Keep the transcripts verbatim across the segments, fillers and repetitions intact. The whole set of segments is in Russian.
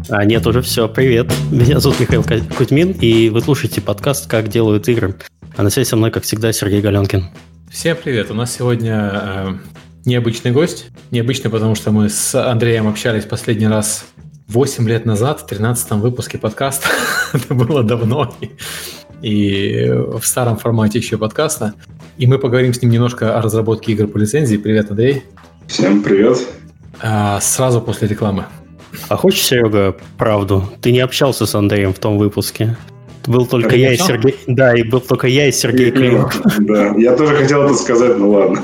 А нет, уже все. Привет. Меня зовут Михаил Кузьмин, и вы слушаете подкаст «Как делают игры». А на связи со мной, как всегда, Сергей Галенкин. Всем привет. У нас сегодня э, необычный гость. Необычный, потому что мы с Андреем общались последний раз восемь лет назад, в тринадцатом выпуске подкаста. Это было давно. И в старом формате еще подкаста. И мы поговорим с ним немножко о разработке игр по лицензии. Привет, Андрей. Всем привет. А, сразу после рекламы. А хочешь, Серега, правду? Ты не общался с Андреем в том выпуске. Был только я и Сергей. Да, и был только я и Сергей Климов. Да, я тоже хотел это сказать, ну ладно.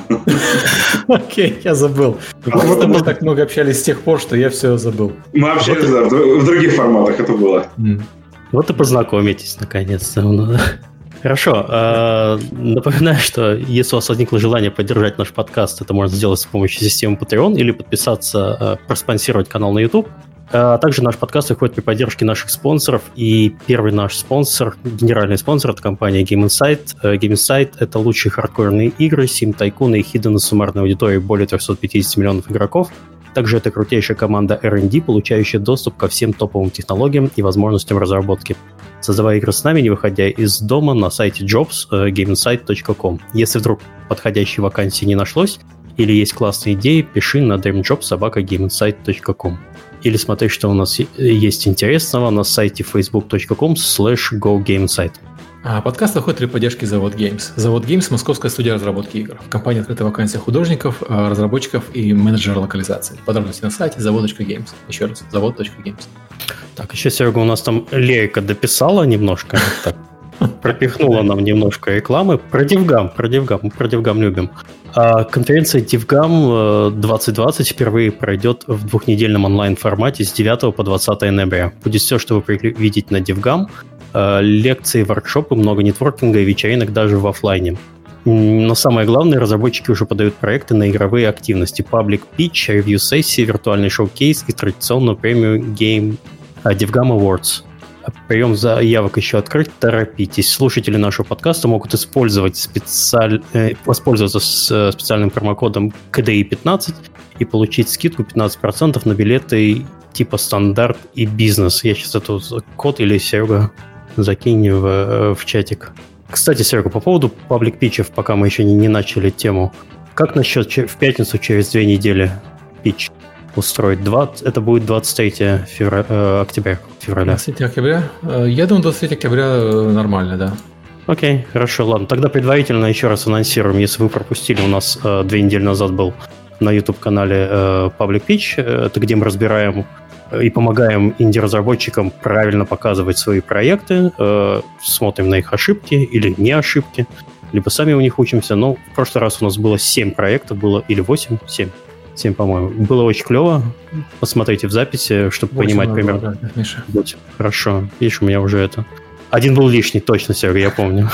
Окей, я забыл. Вот мы так много общались с тех пор, что я все забыл. Мы общались, да, в других форматах это было. Вот и познакомитесь, наконец-то. Хорошо. Э, напоминаю, что если у вас возникло желание поддержать наш подкаст, это можно сделать с помощью системы Patreon или подписаться, э, проспонсировать канал на YouTube. А также наш подкаст выходит при поддержке наших спонсоров. И первый наш спонсор, генеральный спонсор, это компания Game Insight. Game Insight — это лучшие хардкорные игры, Sim Tycoon и хидены с суммарной аудиторией более триста пятьдесят миллионов игроков. Также это крутейшая команда ар энд ди, получающая доступ ко всем топовым технологиям и возможностям разработки. Создавай игры с нами, не выходя из дома, на сайте jobs точка gameinsight точка com. Если вдруг подходящей вакансии не нашлось или есть классные идеи, пиши на dreamjob собака gameinsight точка com. Или смотри, что у нас есть интересного на сайте facebook точка com slash go gameinsight. А подкаст выходит при поддержке Завод Games. Завод Games – московская студия разработки игр. В компании открыта вакансия художников, разработчиков и менеджера локализации. Подробности на сайте завод точка games. Еще раз, завод точка games. Так, еще, Серега, у нас там Лерика дописала немножко, так, пропихнула нам немножко рекламы. Про DevGam, про DevGam, мы про DevGam любим. А конференция DevGam двадцать двадцать впервые пройдет в двухнедельном онлайн-формате с девятого по двадцатое ноября. Будет все, что вы привыкли видеть на DevGam. Лекции, воркшопы, много нетворкинга и вечеринок даже в офлайне. Но самое главное, разработчики уже подают проекты на игровые активности. Public Pitch, ревью-сессии, виртуальный шоу-кейс и традиционную премию Game DevGam Awards. Прием заявок еще открыт, торопитесь. Слушатели нашего подкаста могут использовать специаль... воспользоваться специальным промокодом кей ди и пятнадцать и получить скидку пятнадцать процентов на билеты типа стандарт и бизнес. Я сейчас этот код или Серега закинь в, в чатик. Кстати, Серега, по поводу паблик питчев, пока мы еще не, не начали тему. Как насчет в пятницу через две недели питч устроить? двадцать, это будет двадцать третьего февраля, э, октября. Февраля. двадцать третьего октября? Я думаю, двадцать третьего октября нормально, да. Окей, хорошо, ладно. Тогда предварительно еще раз анонсируем. Если вы пропустили, у нас э, две недели назад был на YouTube-канале э, Public Pitch. Это где мы разбираем и помогаем инди-разработчикам правильно показывать свои проекты, э, смотрим на их ошибки или не ошибки, либо сами у них учимся. Но в прошлый раз у нас было семь проектов, было или восемь, семь, семь, по-моему. Было очень клево. Посмотрите в записи, чтобы понимать примерно. Да, Миша. Хорошо. Видишь, у меня уже это... Один был лишний, точно, Серега, я помню.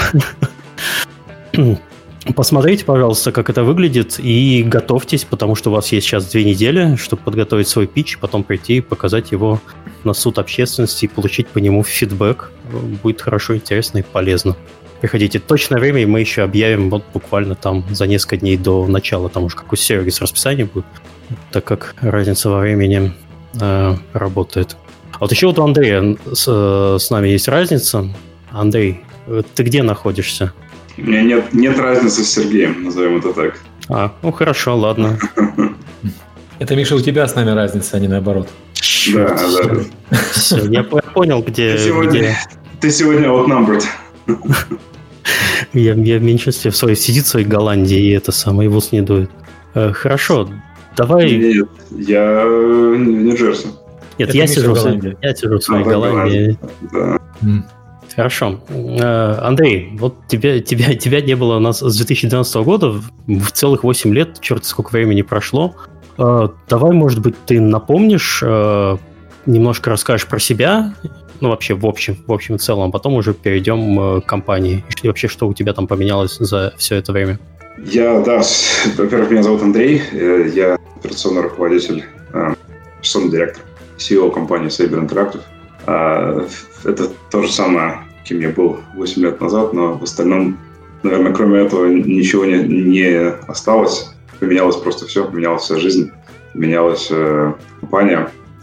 Посмотрите, пожалуйста, как это выглядит, и готовьтесь, потому что у вас есть сейчас две недели, чтобы подготовить свой питч, потом прийти и показать его на суд общественности и получить по нему фидбэк. Будет хорошо, интересно и полезно. Приходите. Точное время мы еще объявим вот буквально там за несколько дней до начала, там уже как у Сереги с расписанием будет, так как разница во времени э, работает. А вот еще вот у Андрея с, с нами есть разница. Андрей, ты где находишься? У меня нет, нет разницы с Сергеем, назовем это так. А, ну хорошо, ладно. Это, Миша, у тебя с нами разница, а не наоборот. Да, да. Все, я понял, где... Ты сегодня, где... ты сегодня outnumbered. Я, я в меньшинстве в своей, сидит в своей Голландии, и это самое, в ус не дует. Э, хорошо, давай... Нет, я в Нью-Джерси. Нет, это я Миша сижу, в в, я сижу в своей а, Голландии. Да. Mm. Хорошо. Андрей, вот тебя, тебя, тебя не было у нас с две тысячи двенадцатого года, в целых восемь лет, черт, сколько времени прошло. Давай, может быть, ты напомнишь, немножко расскажешь про себя, ну, вообще, в общем, в общем и целом, а потом уже перейдем к компании. И вообще, что у тебя там поменялось за все это время? Я, да, во-первых, меня зовут Андрей, я операционный руководитель, операционный директор, си и о компании Saber Interactive. Это то же самое, кем я был восемь лет назад, но в остальном, наверное, кроме этого ничего не, не осталось. Поменялось просто все, поменялась вся жизнь, поменялась э, компания.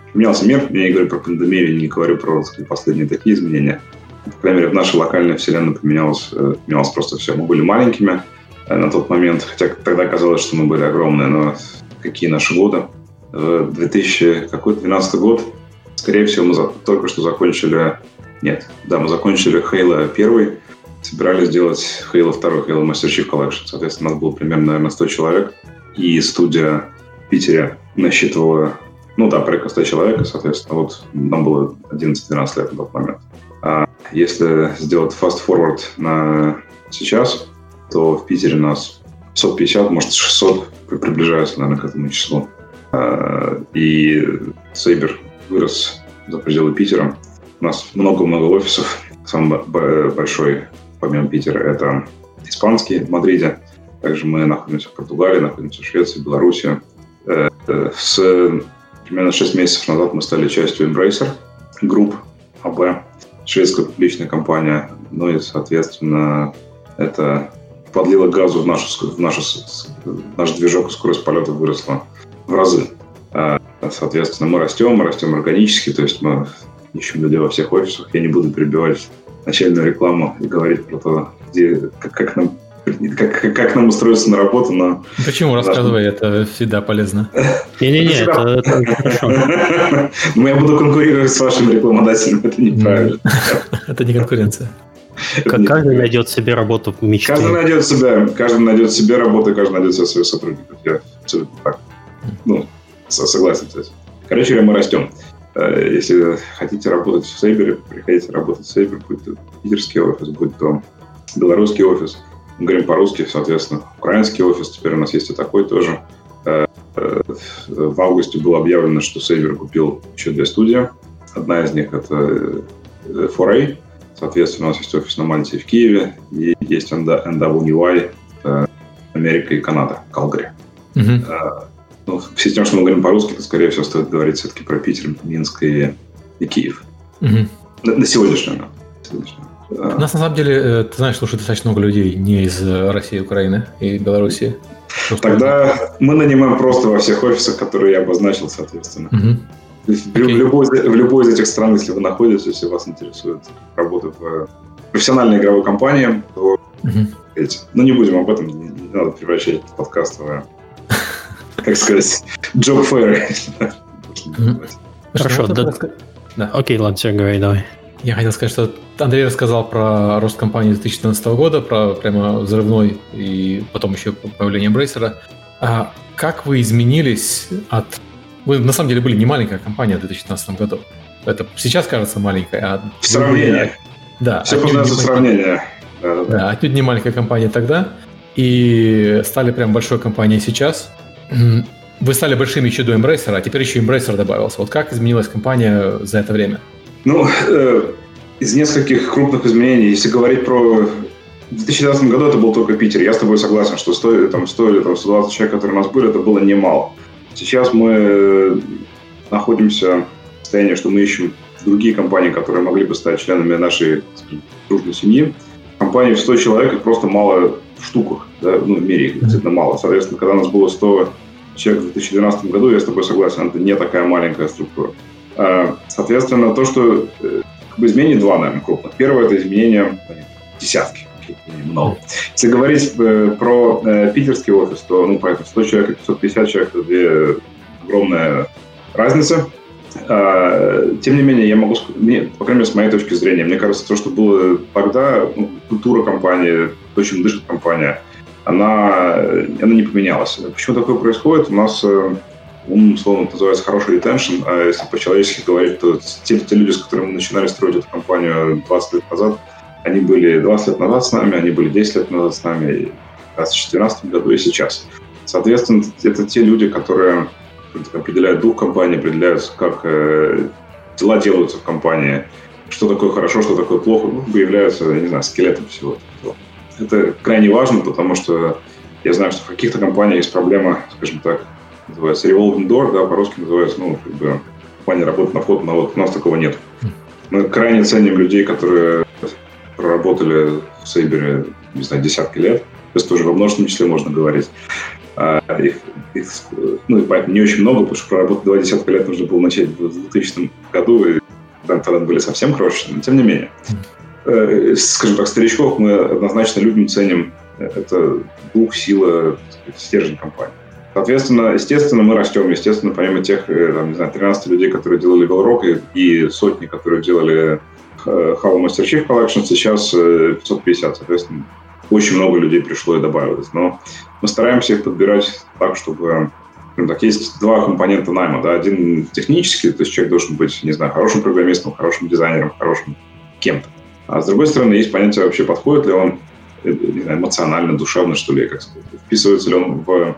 Менялся мир, я не говорю про пандемию, не говорю про сказать, последние такие изменения. По крайней мере, в нашей локальной вселенной поменялось, поменялось просто все. Мы были маленькими на тот момент, хотя тогда казалось, что мы были огромные, но какие наши годы. две тысячи двенадцатый год, скорее всего, мы за, только что закончили... Нет, да, мы закончили Halo один, собирались делать Halo два, Halo Master Chief Collection. Соответственно, у нас было примерно, наверное, сто человек, и студия в Питере насчитывала, ну да, порядка сто человек, и, соответственно, вот нам было одиннадцать-двенадцать лет на тот момент. А если сделать fast-forward на сейчас, то в Питере нас пятьсот пятьдесят, может, шестьсот приближается, наверное, к этому числу. И Saber вырос за пределы Питера. У нас много-много офисов. Самый большой, помимо Питера, это испанский в Мадриде. Также мы находимся в Португалии, находимся в Швеции, Беларуси. С примерно шесть месяцев назад мы стали частью Embracer Group эй би, шведская публичная компания. Ну и, соответственно, это подлило газу в, нашу, в, нашу, в наш движок, и скорость полета выросла в разы. Соответственно, мы растем, мы растем органически, то есть мы ищем людей во всех офисах. Я не буду перебивать начальную рекламу и говорить про то, где, как, как, нам, как, как нам устроиться на работу. Но почему? Рассказывай, это всегда полезно. Не-не-не, это хорошо. Но я буду конкурировать с вашим рекламодателем, это неправильно. Это не конкуренция. Каждый найдет себе работу в мечте. Каждый найдет себя, каждый найдет себе работу, и каждый найдет себе своих сотрудников. Я абсолютно так. Ну, согласен с этим. Короче говоря, мы растем. Если хотите работать в Saber, приходите работать в Saber, будь то питерский офис, будь то белорусский офис. Мы говорим по-русски, соответственно, украинский офис. Теперь у нас есть и такой тоже. В августе было объявлено, что Saber купил еще две студии. Одна из них — это фор эй. Соответственно, у нас есть офис на Мальте и в Киеве. И есть эн дабл ю ай, Америка и Канада, Калгари. Mm-hmm. Ну, в связи с тем, что мы говорим по-русски, то, скорее всего, стоит говорить все-таки про Питер, Минск и, и Киев. Mm-hmm. На, на сегодняшнее. У нас, на самом деле, ты знаешь, слушает достаточно много людей не из России, Украины и Белоруссии. Тогда мы нанимаем просто во всех офисах, которые я обозначил, соответственно. Mm-hmm. В, okay. в, любой, в любой из этих стран, если вы находитесь, если вас интересует работа в профессиональной игровой компании, то mm-hmm. ну, не будем об этом, не, не надо превращать этот подкаст в, как сказать, job fair. Mm-hmm. Хорошо, да. да. Окей, ладно, все, говори, давай. Я хотел сказать, что Андрей рассказал про рост компании две тысячи двенадцатого года, про прямо взрывной и потом еще появление Embracer. А как вы изменились от... Вы на самом деле были не маленькая компания в две тысячи двенадцатом году. Это сейчас кажется маленькой, а... В сравнении. Да. Все познается в сравнении. Да, да, отнюдь не маленькая компания тогда. И стали прям большой компанией сейчас. Вы стали большими еще до Embracer, а теперь еще Embracer добавился. Вот как изменилась компания за это время? Ну, э, из нескольких крупных изменений, если говорить про... В две тысячи двенадцатом году это был только Питер. Я с тобой согласен, что стоили, там, стоили там, сто двадцать человек, которые у нас были, это было немало. Сейчас мы находимся в состоянии, что мы ищем другие компании, которые могли бы стать членами нашей, скажем, дружной семьи. Компании в сто человек их просто мало в штуках, да? Ну, в мире их действительно мало. Соответственно, когда у нас было сто человек в две тысячи двенадцатом году, я с тобой согласен, это не такая маленькая структура. Соответственно, то, что как бы, изменений два, наверное, крупных. Первое – это изменение десятки, много. Если говорить э, про э, питерский офис, то, ну, поэтому сто человек и пятьсот пятьдесят человек – это две огромная разница. А, тем не менее, я могу сказать, мне, по крайней мере, с моей точки зрения, мне кажется, то, что было тогда, ну, культура компании, то, чем дышит компания, она, она не поменялась. Почему такое происходит? У нас... умным словом это называется хороший ретеншн, а если по-человечески говорить, то те, те люди, с которыми мы начинали строить эту компанию двадцать лет назад, они были двадцать лет назад с нами, они были десять лет назад с нами, и в две тысячи двенадцатом году и сейчас. Соответственно, это те люди, которые определяют дух компании, определяют, как э, дела делаются в компании, что такое хорошо, что такое плохо, ну, являются, я не знаю, скелетом всего этого. Это крайне важно, потому что я знаю, что в каких-то компаниях есть проблема, скажем так, называется revolving door, да, по-русски называется, ну, как бы, компания работает на вход, на вот, у нас такого нет. Мы крайне ценим людей, которые проработали в Saber, не знаю, десятки лет, то есть тоже во множественном числе можно говорить. А их, их, ну, и поэтому не очень много, потому что проработать два десятка лет нужно было начать в двухтысячном году, и там тогда были совсем крошечные, но тем не менее. Э, скажем так, старичков мы однозначно любим, ценим. Это дух, сила, стержень компании. Соответственно, естественно, мы растем. Естественно, помимо тех, там, не знаю, тринадцати людей, которые делали Velrock, и сотни, которые делали Halo Master Chief Collection, сейчас пятьсот пятьдесят. Соответственно, очень много людей пришло и добавилось. Но мы стараемся их подбирать так, чтобы... Так, есть два компонента найма. Да? Один технический, то есть человек должен быть, не знаю, хорошим программистом, хорошим дизайнером, хорошим кем-то. А с другой стороны, есть понятие вообще, подходит ли он, не знаю, эмоционально, душевно, что ли, как сказать, вписывается ли он в,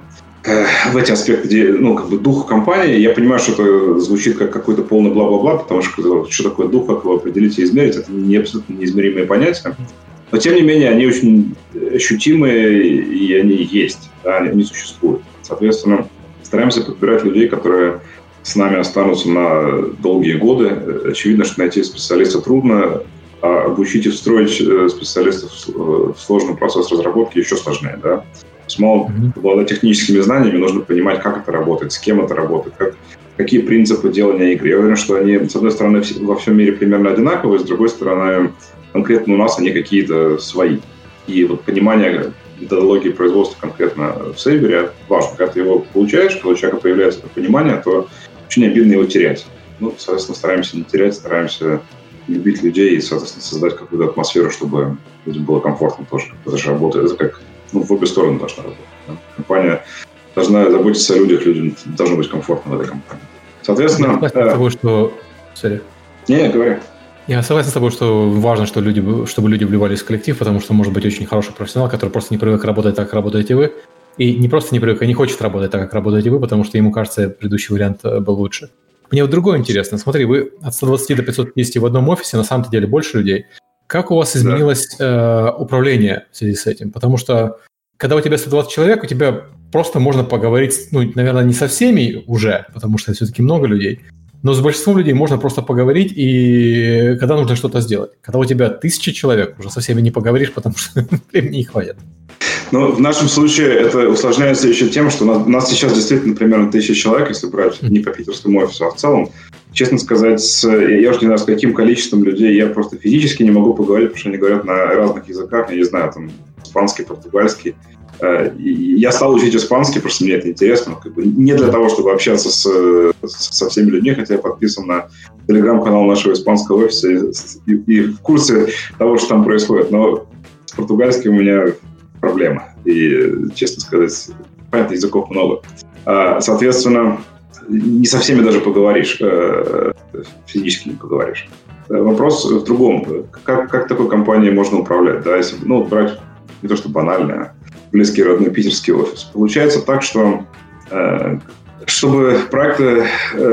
в эти аспекты, где, ну, как бы духа компании. Я понимаю, что это звучит как какой-то полный бла-бла-бла, потому что что такое дух, как его определить и измерить, это не абсолютно неизмеримые понятия. Но, тем не менее, они очень ощутимые, и они есть, да, они, они существуют. Соответственно, стараемся подбирать людей, которые с нами останутся на долгие годы. Очевидно, что найти специалиста трудно, а обучить и встроить специалистов в сложный процесс разработки еще сложнее. Да? Мало обладать техническими знаниями, нужно понимать, как это работает, с кем это работает, как, какие принципы делания игры. Я уверен, что они, с одной стороны, во всем мире примерно одинаковые, с другой стороны, конкретно у нас они какие-то свои. И вот понимание методологии производства конкретно в Saber важно. Когда ты его получаешь, когда у человека появляется это понимание, то очень обидно его терять. Ну, соответственно, стараемся не терять, стараемся любить людей и, соответственно, создать какую-то атмосферу, чтобы людям было комфортно тоже. Это же работает, это как, ну, в обе стороны должна работать. Да? Компания должна заботиться о людях, людям должно быть комфортно в этой компании. Соответственно... Я согласен с тобой, что... Sorry. Не, не, говори. Я согласен с тобой, что важно, что люди, чтобы люди вливались в коллектив, потому что может быть очень хороший профессионал, который просто не привык работать так, как работаете вы, и не просто не привык, а не хочет работать так, как работаете вы, потому что ему кажется, предыдущий вариант был лучше. Мне вот другое интересно. Смотри, вы от ста двадцати до пятисот пятидесяти в одном офисе, на самом-то деле больше людей. Как у вас изменилось да. э, управление в связи с этим? Потому что, когда у тебя сто двадцать человек, у тебя просто можно поговорить, ну, наверное, не со всеми уже, потому что все-таки много людей, но с большинством людей можно просто поговорить, и когда нужно что-то сделать. Когда у тебя тысяча человек, уже со всеми не поговоришь, потому что времени не хватит. Ну, в нашем случае это усложняется еще тем, что у нас, у нас сейчас действительно примерно тысяча человек, если брать не по питерскому офису, а в целом. Честно сказать, с, я уже не знаю, с каким количеством людей я просто физически не могу поговорить, потому что они говорят на разных языках, я не знаю, там, испанский, португальский. И я стал учить испанский, потому что мне это интересно, как бы не для того, чтобы общаться с, со всеми людьми, хотя я подписан на телеграм-канал нашего испанского офиса и, и, и в курсе того, что там происходит, но с португальским у меня проблема. И, честно сказать, понятно, языков много. Соответственно, не со всеми даже поговоришь, физически не поговоришь. Вопрос в другом. Как, как такой компанией можно управлять? Да, если, ну, брать не то что банально, близкий родной питерский офис. Получается так, что чтобы проекты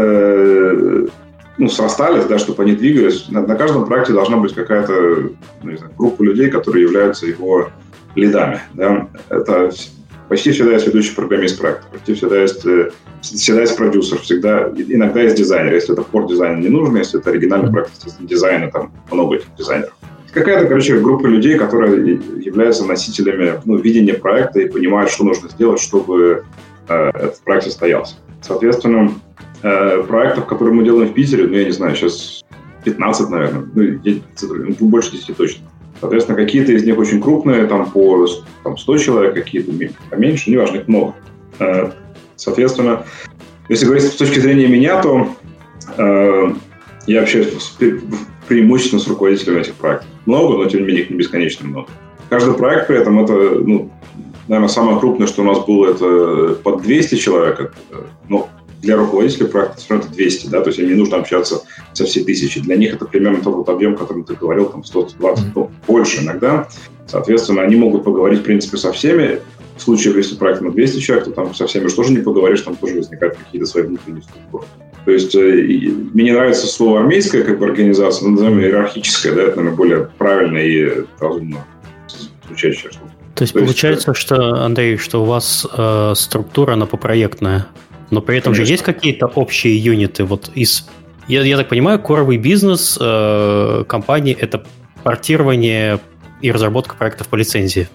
ну, срастались, да, чтобы они двигались, на, на каждом проекте должна быть какая-то, ну, не знаю, группа людей, которые являются его лидами. Да? Это почти всегда есть ведущий программист проекта, почти всегда есть, всегда есть продюсер, всегда, иногда есть дизайнер. Если это пор дизайна не нужно, если это оригинальный проект, естественно, дизайна, там много этих дизайнеров. Какая-то, короче, группа людей, которые являются носителями ну, видения проекта и понимают, что нужно сделать, чтобы э, этот проект состоялся. Соответственно, э, проектов, которые мы делаем в Питере, ну, я не знаю, сейчас пятнадцать, наверное, ну, я, ну больше десяти точно. Соответственно, какие-то из них очень крупные, там по там, сто человек, какие-то поменьше, неважно, их много. Э, соответственно, если говорить с точки зрения меня, то э, я общаюсь преимущественно с руководителями этих проектов. Много, но тем не менее их не бесконечно много. Каждый проект при этом это, ну, наверное, самое крупное, что у нас было, это под двести человек. Но для руководителей проекта все равно это двести, да, то есть им не нужно общаться со всей тысячей. Для них это примерно тот вот объем, о котором ты говорил, там сто двадцать, ну, больше иногда. Соответственно, они могут поговорить, в принципе, со всеми. В случае, если проект на двести человек, то там со всеми же тоже не поговоришь, там тоже возникают какие-то свои внутренние структуры. То есть э, мне не нравится слово армейская как бы организация, но назовем ее иерархическая, да, это, наверное, более правильно и разумно звучащая штука. То есть То получается, есть, что, Андрей, что у вас э, структура, она попроектная, но при этом Конечно. же есть какие-то общие юниты? Вот из, я, я так понимаю, коровый бизнес э, компании – это портирование и разработка проектов по лицензии.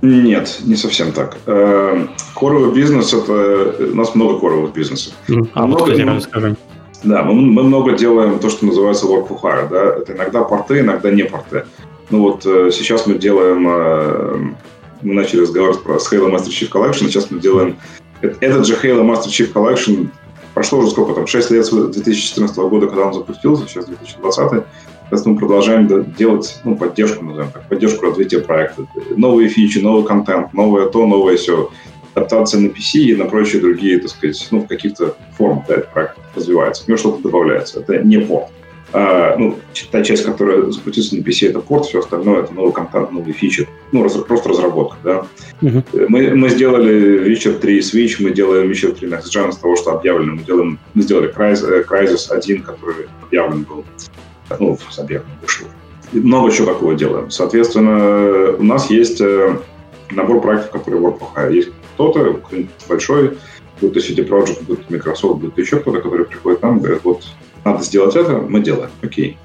Нет, не совсем так. Коровый бизнес – это… У нас много коровых бизнесов. А много, вот, кстати, расскажи. Да, мы, мы много делаем то, что называется work for hire. Да? Это иногда порты, иногда не порты. Ну вот сейчас мы делаем… Мы начали разговор с Halo Master Chief Collection, сейчас мы делаем… Этот же Halo Master Chief Collection прошло уже сколько там, шесть лет с две тысячи четырнадцатого года, когда он запустился, сейчас две тысячи двадцатый. Сейчас мы продолжаем делать, ну, поддержку, назовем так, поддержку развития проекта. Новые фичи, новый контент, новое то, новое все. Адаптация на пи си и на прочие другие, так сказать, ну, в каких-то формах, да, этот проект развивается. К нему что-то добавляется. Это не порт. А, ну, та часть, которая запустится на пи си, это порт, все остальное это новый контент, новые фичи. Ну, раз, просто разработка, да. Uh-huh. Мы, мы сделали Witcher три Switch, мы делаем Witcher три Next Gen с того, что объявлено. Мы, делаем, мы сделали Crysis, Crysis один, который объявлен был. Ну, с объектом вышло. И много чего такого делаем. Соответственно, у нас есть набор проектов, которые work for hire. Есть кто-то, кто-нибудь большой, будь то си ди Projekt, будь то Microsoft, будь то еще кто-то, который приходит к нам и говорит, вот, надо сделать это, мы делаем. Окей.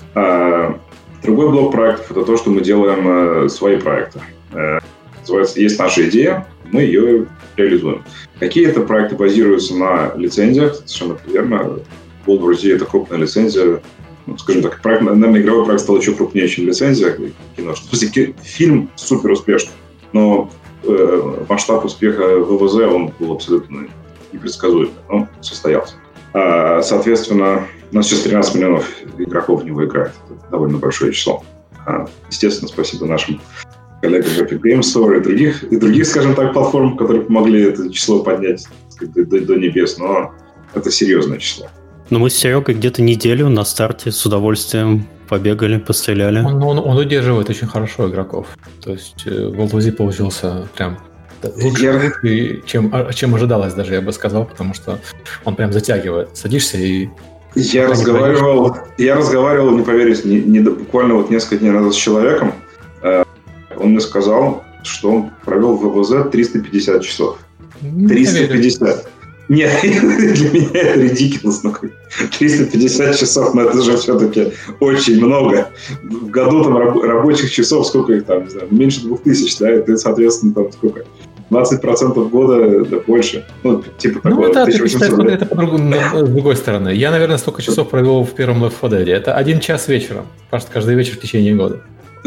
А, другой блок проектов – это то, что мы делаем свои проекты. Называется, есть наша идея, мы ее реализуем. Какие-то проекты базируются на лицензиях, совершенно верно. Baldur's Gate – это крупная лицензия. Ну, скажем так, проект, наверное, игровой проект стал еще крупнее, чем лицензия кино. В смысле, фильм супер успешный, но э, масштаб успеха ВВЗ, он был абсолютно непредсказуемый, но состоялся. А, соответственно, у нас сейчас тринадцать миллионов игроков в него играет. Это довольно большое число. А, естественно, спасибо нашим коллегам в Epic Games Store и других, и других, скажем так, платформ, которые помогли это число поднять, так сказать, до, до небес, но это серьезное число. Но мы с Серегой где-то неделю на старте с удовольствием побегали, постреляли. Он, он, он удерживает очень хорошо игроков. То есть World War Z получился прям лучше, я... чем, чем ожидалось даже, я бы сказал, потому что он прям затягивает. Садишься и... Я разговаривал, я разговаривал, не поверите, не, не, буквально вот несколько дней назад с человеком. Э, он мне сказал, что он провел в ВВЗ триста пятьдесят часов. триста пятьдесят. Нет, для меня это ridiculous. триста пятьдесят часов, но это же все-таки очень много. В году там раб- рабочих часов, сколько их там, не знаю, меньше двух тысяч, да, это, соответственно, там сколько? двадцать процентов года, да больше. Ну, типа такого. Ну, да, ты считаешь, смотри, это с другой стороны. Я, наверное, столько часов провел в первом Left фор Dead. Это один час вечером. Каждый вечер в течение года.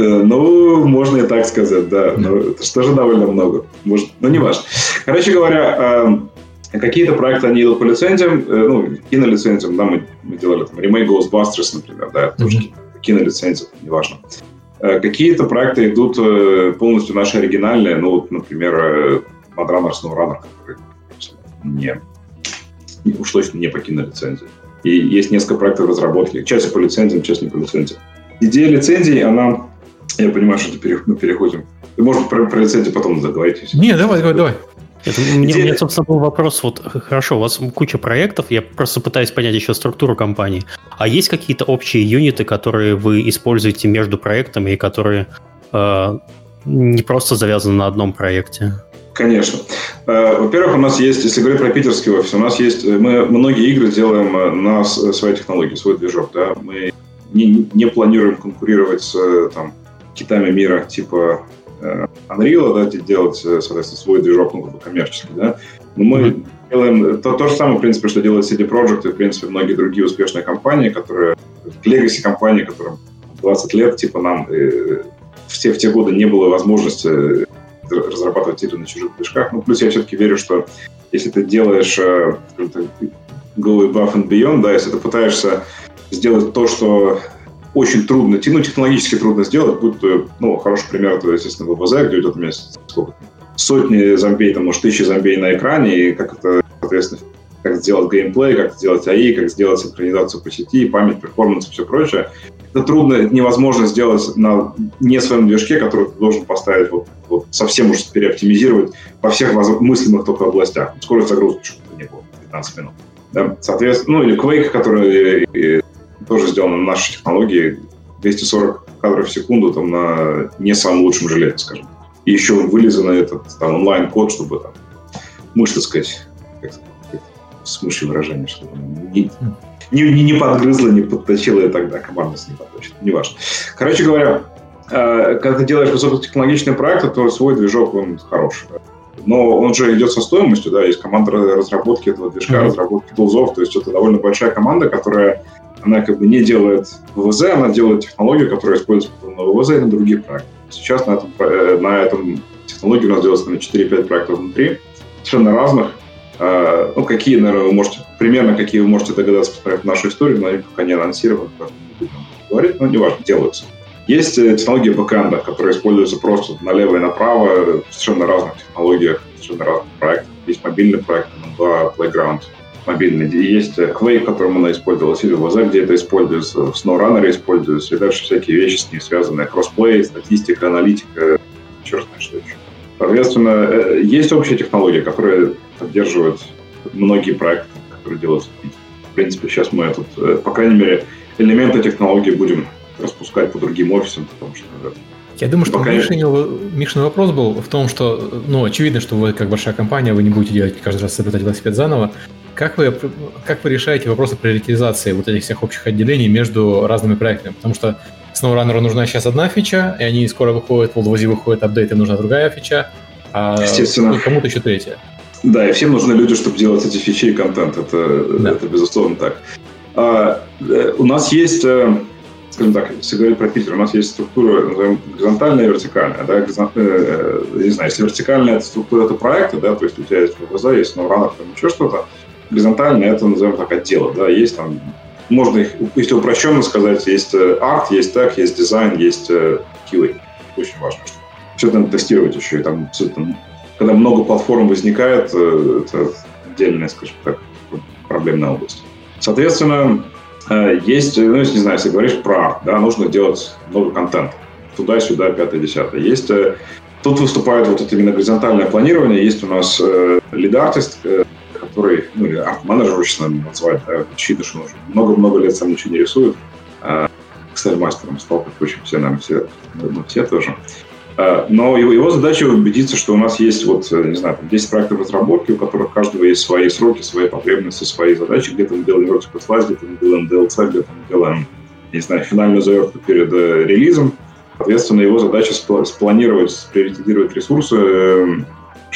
Ну, можно и так сказать, да. Но это же тоже довольно много. Может, ну, не важно. Короче говоря, какие-то проекты, они идут по лицензиям, ну, кинолицензиям, да, мы, мы делали там ремейк Ghostbusters, например, да, это тоже mm-hmm. кинолицензия, неважно. Какие-то проекты идут полностью наши оригинальные, ну, вот, например, Mad Runner, SnowRunner, который не, уж точно не по кинолицензии. И есть несколько проектов разработки, часть по лицензиям, часть не по лицензиям. Идея лицензии, она, я понимаю, что мы переходим, может, про, про лицензию потом договоритесь. Не, давай, давай, давай. Это, мне, мне, собственно, был вопрос, вот, хорошо, у вас куча проектов, я просто пытаюсь понять еще структуру компании, а есть какие-то общие юниты, которые вы используете между проектами и которые э, не просто завязаны на одном проекте? Конечно. Во-первых, у нас есть, если говорить про питерский офис, у нас есть, мы многие игры делаем на своей технологии, свой движок, да, мы не, не планируем конкурировать с там, китами мира, типа Unreal, да, делать, соответственно, свой движок, ну, коммерческий, да. Но мы mm-hmm. делаем то, то же самое, в принципе, что делает си ди Projekt и, в принципе, многие другие успешные компании, которые, legacy компании, которым двадцать лет, типа, нам э, в, те, в те годы не было возможности разрабатывать игры на чужих движках. Ну, плюс я все-таки верю, что если ты делаешь э, go above and beyond, да, если ты пытаешься сделать то, что очень трудно, ну, технологически трудно сделать, будь то, ну, хороший пример, это, естественно, ВВЗ, где идет месяц, сколько, сотни зомбей, там, может, тысячи зомбей на экране, и как это, соответственно, как сделать геймплей, как сделать эй ай, как сделать синхронизацию по сети, память, перформанс и все прочее. Это трудно, это невозможно сделать на не своем движке, который ты должен поставить, вот, вот совсем уж переоптимизировать по всех мыслимых только областях. Скорость загрузки, чтобы это не было, пятнадцать минут. Да? Соответственно, ну, или Quake, который и, тоже сделано на нашей технологии, двести сорок кадров в секунду там, на не самом лучшем железе, скажем. И еще вылезан этот там, онлайн-код, чтобы там, мышь, так сказать, как, как, с мышью выражение, чтобы не, не, не подгрызла, не подточила и так далее. Команда не подточит, неважно. Короче говоря, когда ты делаешь высокотехнологичный проект, то свой движок, он хороший. Но он же идет со стоимостью, да, есть команда разработки этого движка, mm-hmm. разработки тулзов, то есть это довольно большая команда, которая, она как бы не делает ВВЗ, она делает технологию, которая используется на ВВЗ и на других проектах. Сейчас на этом, на этом технологии у нас делается четыре-пять проектов внутри, совершенно разных. Ну, какие, наверное, вы можете, примерно какие вы можете догадаться, посмотрев нашу историю, но они пока не анонсированы, поэтому не будем говорить, но неважно, делаются. Есть технологии бэкэнда, которые используются просто налево и направо в совершенно разных технологиях, в совершенно разных проектах. Есть мобильный проект, эм два Playground мобильный. Есть Quake, которым она использовалась, или ВЗ, где это используется, в SnowRunner используется, и дальше всякие вещи с ней связанные. Кроссплей, статистика, аналитика, черт знает что еще. Соответственно, есть общие технологии, которые поддерживают многие проекты, которые делаются в Питере. В принципе, сейчас мы этот, по крайней мере, элементы технологий будем распускать по другим офисам, потому что... Я думаю, что Мишин вопрос был в том, что, ну, очевидно, что вы, как большая компания, вы не будете делать каждый раз изобретать велосипед заново. Как вы, как вы решаете вопросы приоритизации вот этих всех общих отделений между разными проектами? Потому что SnowRunner нужна сейчас одна фича, и они скоро выходят, в World выходит апдейт, и нужна другая фича, а естественно. Кому-то еще третья. Да, и всем нужны люди, чтобы делать эти фичи и контент. Это, да. это безусловно так. А, у нас есть... Скажем так, если говорить про Питер, у нас есть структура, назовем, горизонтальная и вертикальная. Да? Горизон... Э, не знаю, если вертикальная это структура, это проекты, да, то есть у тебя есть ВВЗ, есть SnowRunner, там еще что-то. Горизонтальная это, назовем так, отделы. Да? Есть там, можно их, если упрощенно сказать, есть арт, есть тег, есть дизайн, есть кью эй. Очень важно. Что все это надо тестировать еще. И там, там, когда много платформ возникает, это отдельная, скажем так, проблемная область. Соответственно, есть, ну, если, не знаю, если говоришь про арт, да, нужно делать много контента. Туда-сюда, пятое-десятое. Есть, тут выступает вот это именно горизонтальное планирование. Есть у нас э, лид-артист, э, который, ну, или арт-менеджер, очень надо назвать, да, очевидно, что он уже много-много лет сам ничего не рисует. Э, кстати, мастером стал, как очень все, нам все, ну, все тоже. Э, но его, его задача убедиться, что у нас есть, вот, не знаю, десять проектов разработки, у которых у каждого есть свои сроки, свои потребности, свои задачи. Где-то мы делаем vertical slice, где-то мы делаем ди эл си, где-то мы делаем, не знаю, финальную заявку перед э, релизом. Соответственно, его задача спланировать, сприоритизировать ресурсы,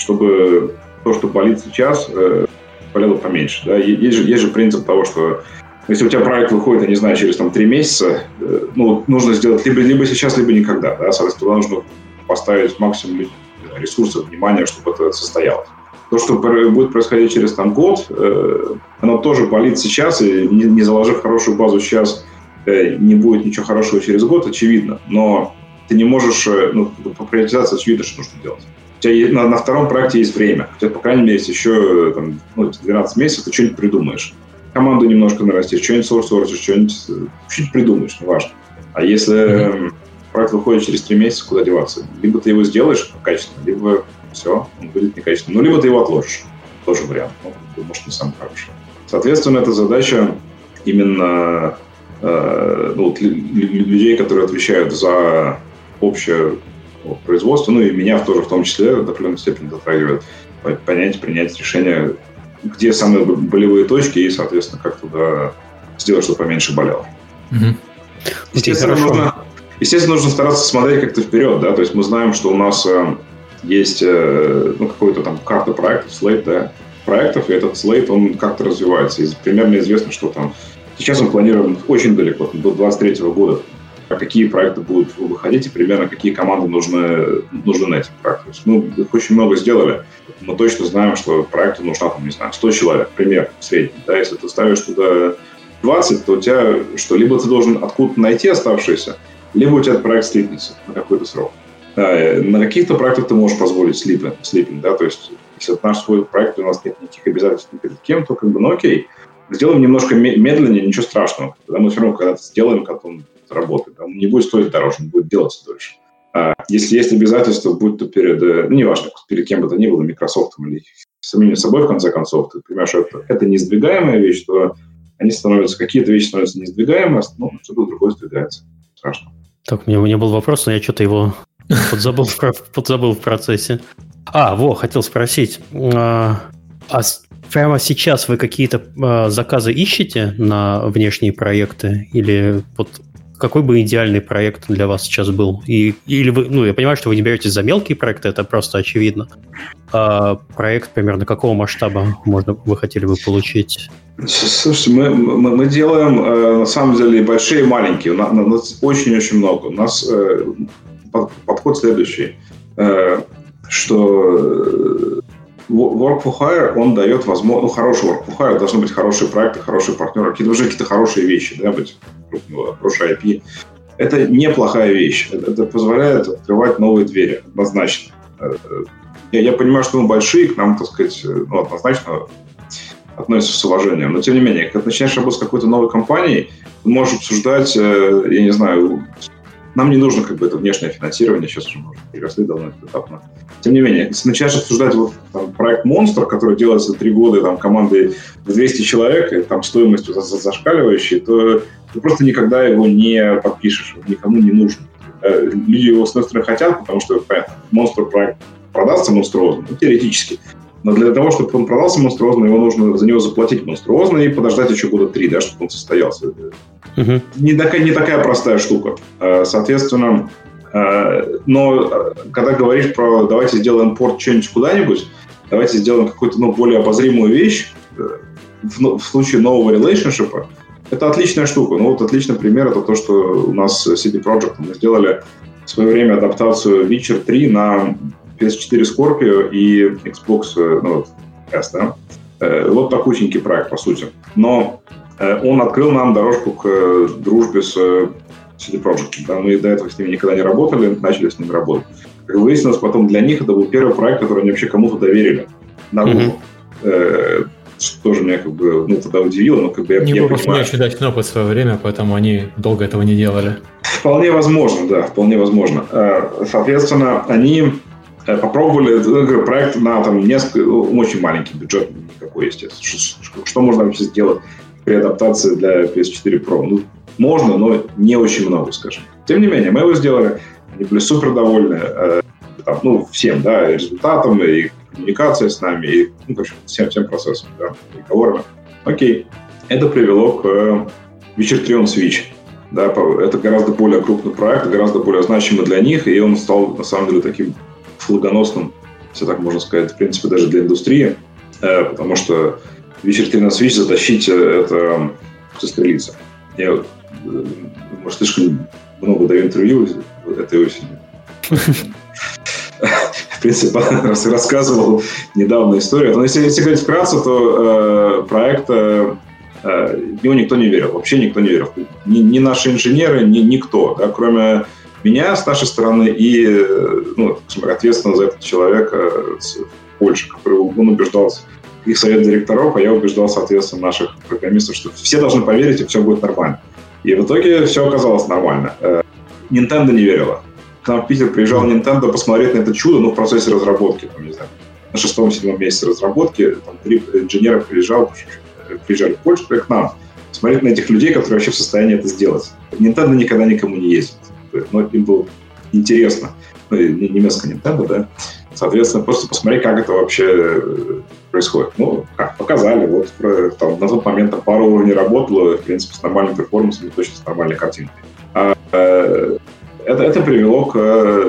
чтобы то, что болит сейчас, болело поменьше. Да? Есть же, есть же принцип того, что если у тебя проект выходит, я не знаю, через там, три месяца, ну, нужно сделать либо, либо сейчас, либо никогда. Да? Соответственно, нужно поставить максимум ресурсов, внимания, чтобы это состоялось. То, что будет происходить через там, год, оно тоже болит сейчас, и не, не заложив хорошую базу сейчас, не будет ничего хорошего через год, очевидно, но ты не можешь, ну, по приоритизации очевидно, что нужно делать. У тебя на, на втором проекте есть время, у тебя, по крайней мере, есть еще там, ну, двенадцать месяцев, ты что-нибудь придумаешь. Команду немножко нарастишь, что-нибудь сорсоришь, что-нибудь, что-нибудь придумаешь, неважно. А если mm-hmm. проект выходит через три месяца, куда деваться? Либо ты его сделаешь качественно, либо все, он будет некачественно. Ну, либо ты его отложишь. Тоже вариант, ну, может, не самый хороший. Соответственно, эта задача именно... Ну, людей, которые отвечают за общее производство, ну и меня тоже в том числе до определенной степени затрагивает понять, принять решение, где самые болевые точки и, соответственно, как туда сделать, чтобы поменьше болело. Угу. Естественно, нужно, естественно, нужно стараться смотреть как-то вперед, да, то есть мы знаем, что у нас есть ну, какой-то там карта проектов, слейт, да, проектов, и этот слейт, он как-то развивается. И примерно известно, что там сейчас мы планируем очень далеко, до двадцать третьего года, какие проекты будут выходить и примерно какие команды нужны, нужны на этих проектах. Мы очень много сделали. Мы точно знаем, что проекту нужно, там, не знаю, сто человек, пример в среднем. Да? Если ты ставишь туда двадцать, то у тебя что? Либо ты должен откуда-то найти оставшиеся, либо у тебя проект слипнется на какой-то срок. Да, на каких-то проектах ты можешь позволить слипинг, да, то есть если это наш свой проект, у нас нет никаких обязательств перед кем, то как бы, ну окей. Сделаем немножко медленнее, ничего страшного. Когда мы все равно когда-то сделаем, как он работает. Он не будет стоить дороже, он будет делаться дольше. А если есть обязательства, будь то перед, ну, неважно, перед кем бы то ни было, Microsoft или самим собой, в конце концов, ты понимаешь, что это, это неиздвигаемая вещь, то они становятся, какие-то вещи становятся неиздвигаемыми, ну, что-то другое сдвигается. Страшно. Так, у меня, у меня был вопрос, но я что-то его подзабыл в, подзабыл в процессе. А, во, хотел спросить. А, а прямо сейчас вы какие-то а, заказы ищете на внешние проекты? Или вот какой бы идеальный проект для вас сейчас был? И, или вы, ну, я понимаю, что вы не беретесь за мелкие проекты, это просто очевидно. А проект примерно какого масштаба можно, вы хотели бы получить? Слушайте, мы, мы, мы делаем, э, на самом деле, большие и маленькие. У нас, у нас очень-очень много. У нас э, под, подход следующий, э, что work for hire, он дает возможность, ну, хороший work for hire, должны быть хорошие проекты, хорошие партнеры, какие-то уже какие-то хорошие вещи, да, быть хороший ай пи. Это неплохая вещь. Это, это позволяет открывать новые двери, однозначно. Я, я понимаю, что мы большие, к нам, так сказать, ну, однозначно относятся с уважением. Но, тем не менее, когда начинаешь работать с какой-то новой компанией, ты можешь обсуждать, я не знаю, нам не нужно как бы это внешнее финансирование, сейчас уже, может, переросли давно этот этап. Но, тем не менее, если начинаешь обсуждать вот, там, проект «Монстр», который делается три года там, командой в двести человек, и там стоимостью зашкаливающей, то ты просто никогда его не подпишешь, он никому не нужен. Люди его, с одной стороны, хотят, потому что, понятно, «Монстр» проект продастся монструозно, ну, теоретически. Но для того, чтобы он продался монструозно, его нужно за него заплатить монструозно и подождать еще года три, да, чтобы он состоялся. Uh-huh. Не такая, не такая простая штука. Соответственно, но когда говоришь про давайте сделаем порт что-нибудь куда-нибудь, давайте сделаем какую-то, ну, более обозримую вещь в, в случае нового релейшншипа, это отличная штука. Ну, вот отличный пример — это то, что у нас си ди Projekt. Мы сделали в свое время адаптацию Witcher три на пи эс четыре Scorpio и Xbox, ну, S, да? Вот такущенький проект, по сути. Но он открыл нам дорожку к дружбе с си ди Projekt. Да? Мы до этого с ними никогда не работали, начали с ними работать. Как выяснилось, потом для них это был первый проект, который они вообще кому-то доверили наружу. Mm-hmm. Что тоже меня как бы, ну, тогда удивило, но как бы я, не я было просто не очень удачный опыт в свое время, поэтому они долго этого не делали. Вполне возможно, да, вполне возможно. Соответственно, они попробовали проект на там несколько, очень маленький бюджет, никакой, естественно. Что, что можно вообще сделать при адаптации для пи эс четыре Pro? Ну, можно, но не очень много, скажем. Тем не менее, мы его сделали, они были супер довольны, там, ну, всем, да, и результатом, и коммуникацией с нами, и, ну, в общем, всем, всем процессом, да, переговорами. Окей. Это привело к Witcher три on Switch. Да, это гораздо более крупный проект, гораздо более значимый для них, и он стал, на самом деле, таким флагоносным, если так можно сказать, в принципе, даже для индустрии, э, потому что Witcher три на Switch затащить — это застрелиться. Я, э, может, слишком много даю интервью этой осенью. В принципе, рассказывал недавно историю. Но если, если говорить вкратце, то э, проект, э, в него никто не верил. Вообще никто не верил. Ни, ни наши инженеры, ни никто. Да, кроме меня с нашей стороны и, ну, ответственно за этот человек с Польши, который, он убеждал их совет директоров, а я убеждал, соответственно, наших программистов, что все должны поверить, и все будет нормально. И в итоге все оказалось нормально. Nintendo не верила. К нам в Питер приезжал Nintendo посмотреть на это чудо, ну, в процессе разработки, там, не знаю, на шестом-седьмом месяце разработки, там, три инженера приезжал, приезжали в Польшу к нам, смотреть на этих людей, которые вообще в состоянии это сделать. Nintendo никогда никому не ездит. Но им было интересно. Ну, немецкая Nintendo, да. Соответственно, просто посмотреть, как это вообще происходит. Ну, как, показали. Вот там, на тот момент там, пару уровней работало, в принципе, с нормальным перформансом и точно с нормальной картинкой. А, э, это, это привело к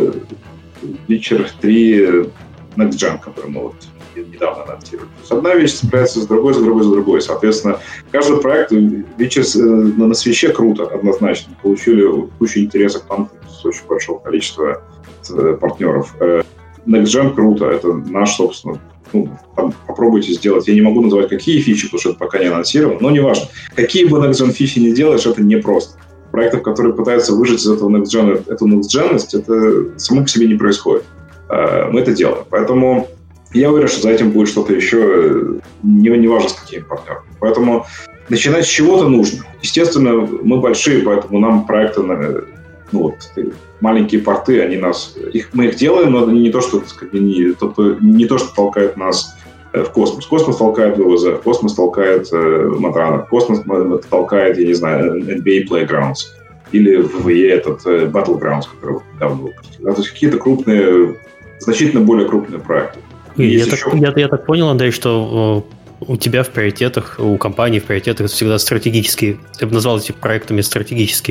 Witcher три Next Gen, который мы вот недавно анонсировали. То есть одна вещь справляется с другой, за другой, за другой. Соответственно, каждый проект Witcher на свече круто, однозначно. Получили кучу интереса к нам с очень большого количества партнеров. Next Gen круто, это наш, собственно, ну, там, попробуйте сделать. Я не могу называть, какие фичи, потому что это пока не анонсировано, но неважно. Какие бы Next Gen фичи не делаешь, это непросто. Проектов, которые пытаются выжать из этого Next Gen, эту Next Gen-ность, это само по себе не происходит. Мы это делаем. Поэтому я уверен, что за этим будет что-то еще, не, не важно, с какими партнерами. Поэтому начинать с чего-то нужно. Естественно, мы большие, поэтому нам проекты, ну вот, маленькие порты, они нас, их, мы их делаем, но они не то, что, так сказать, не, то, не то, что толкает нас в космос. Космос толкает ВВЗ, космос толкает э, Матрана, космос толкает, я не знаю, эн би эй Playgrounds или вэ вэ и этот э, Battlegrounds, который вот недавно выпустили. Да, то есть какие-то крупные, значительно более крупные проекты. Я так, я, я так понял, Андрей, что у тебя в приоритетах, у компании в приоритетах всегда стратегические, я бы назвал эти проектами стратегические.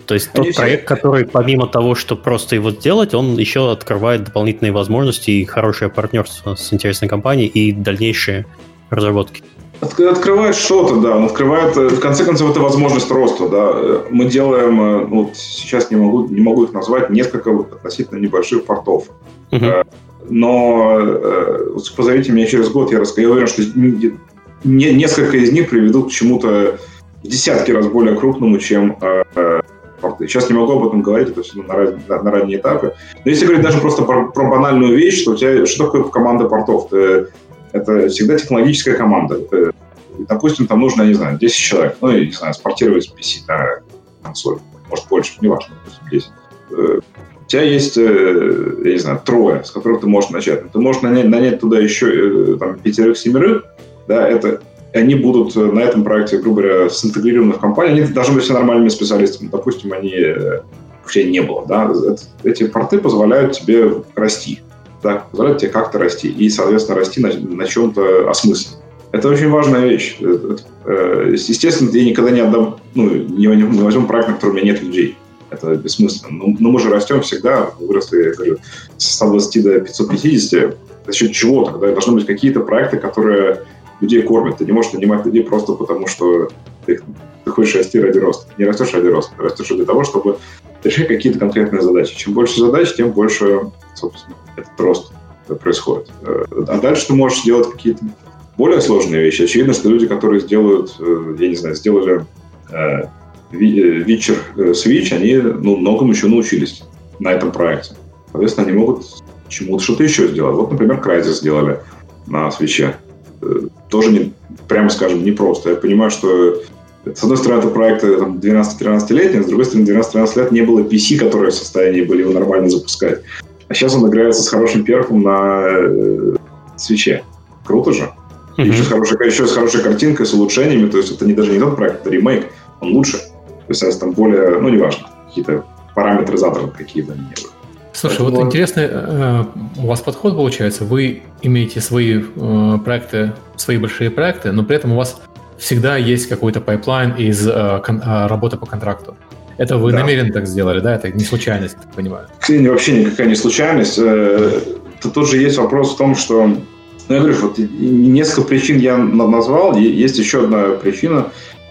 То есть тот Они проект, все... который помимо того, что просто его сделать, он еще открывает дополнительные возможности и хорошее партнерство с интересной компанией и дальнейшие разработки. Открывает что-то, да, он открывает, в конце концов, это возможность роста, да. Мы делаем, ну, вот сейчас не могу, не могу их назвать, несколько относительно небольших портов. Uh-huh. Но позовите меня через год, я расскажу, я уверен, что несколько из них приведут к чему-то в десятки раз более крупному, чем порты. Сейчас не могу об этом говорить, это все на, на, на ранние этапы. Но если говорить даже просто про, про банальную вещь, что у тебя, что такое команда портов? Ты, это всегда технологическая команда. Это, допустим, там нужно, я не знаю, десять человек, ну, я не знаю, спортировать пи си на консоль, может, больше, неважно, допустим, десять. У тебя есть, я не знаю, трое, с которых ты можешь начать. Ты можешь нанять, нанять туда еще там, пятерых-семерых, да, это, они будут на этом проекте, грубо говоря, синтегрированы в компании, они должны быть все нормальными специалистами. Допустим, они вообще не было, да. Эти порты позволяют тебе расти, да, позволяют тебе как-то расти и, соответственно, расти на, на чем-то осмысленном. Это очень важная вещь. Естественно, я никогда не отдам, ну, не, не возьму проект, на котором у меня нет людей. Это бессмысленно. Но, но мы же растем всегда, выросли, я говорю, с ста двадцати до пятисот пятидесяти. За счет чего тогда? Должны быть какие-то проекты, которые людей кормят. Ты не можешь нанимать людей просто потому, что ты, ты хочешь расти ради роста. Не растешь ради роста, ты растешь для того, чтобы решать какие-то конкретные задачи. Чем больше задач, тем больше, собственно, этот рост происходит. А дальше ты можешь делать какие-то более сложные вещи. Очевидно, что люди, которые сделают, я не знаю, сделали Witcher Switch, они ну, многому еще научились на этом проекте. Соответственно, они могут чему-то что-то еще сделать. Вот, например, Crysis сделали на Switch. Тоже, не, прямо скажем, непросто. Я понимаю, что с одной стороны, это проекты там, двенадцати-тринадцатилетних, с другой стороны, двенадцать-тринадцать лет не было пи си, которые в состоянии были его нормально запускать. А сейчас он играется с хорошим перфом на э, Switch. Круто же. Mm-hmm. Еще, с хорошей, еще с хорошей картинкой, с улучшениями. То есть это не, даже не тот проект, это ремейк. Он лучше. То есть там более, ну, неважно, какие-то параметры заданы, какие бы они ни были. Слушай, Поэтому... вот интересный э, у вас подход получается. Вы имеете свои э, проекты, свои большие проекты, но при этом у вас всегда есть какой-то пайплайн из э, кон- э, работы по контракту. Это вы да. намеренно так сделали, да? Это не случайность, я так понимаю? Это вообще никакая не случайность. Тут же есть вопрос в том, что... Ну, я говорю, вот несколько причин я назвал. Есть еще одна причина.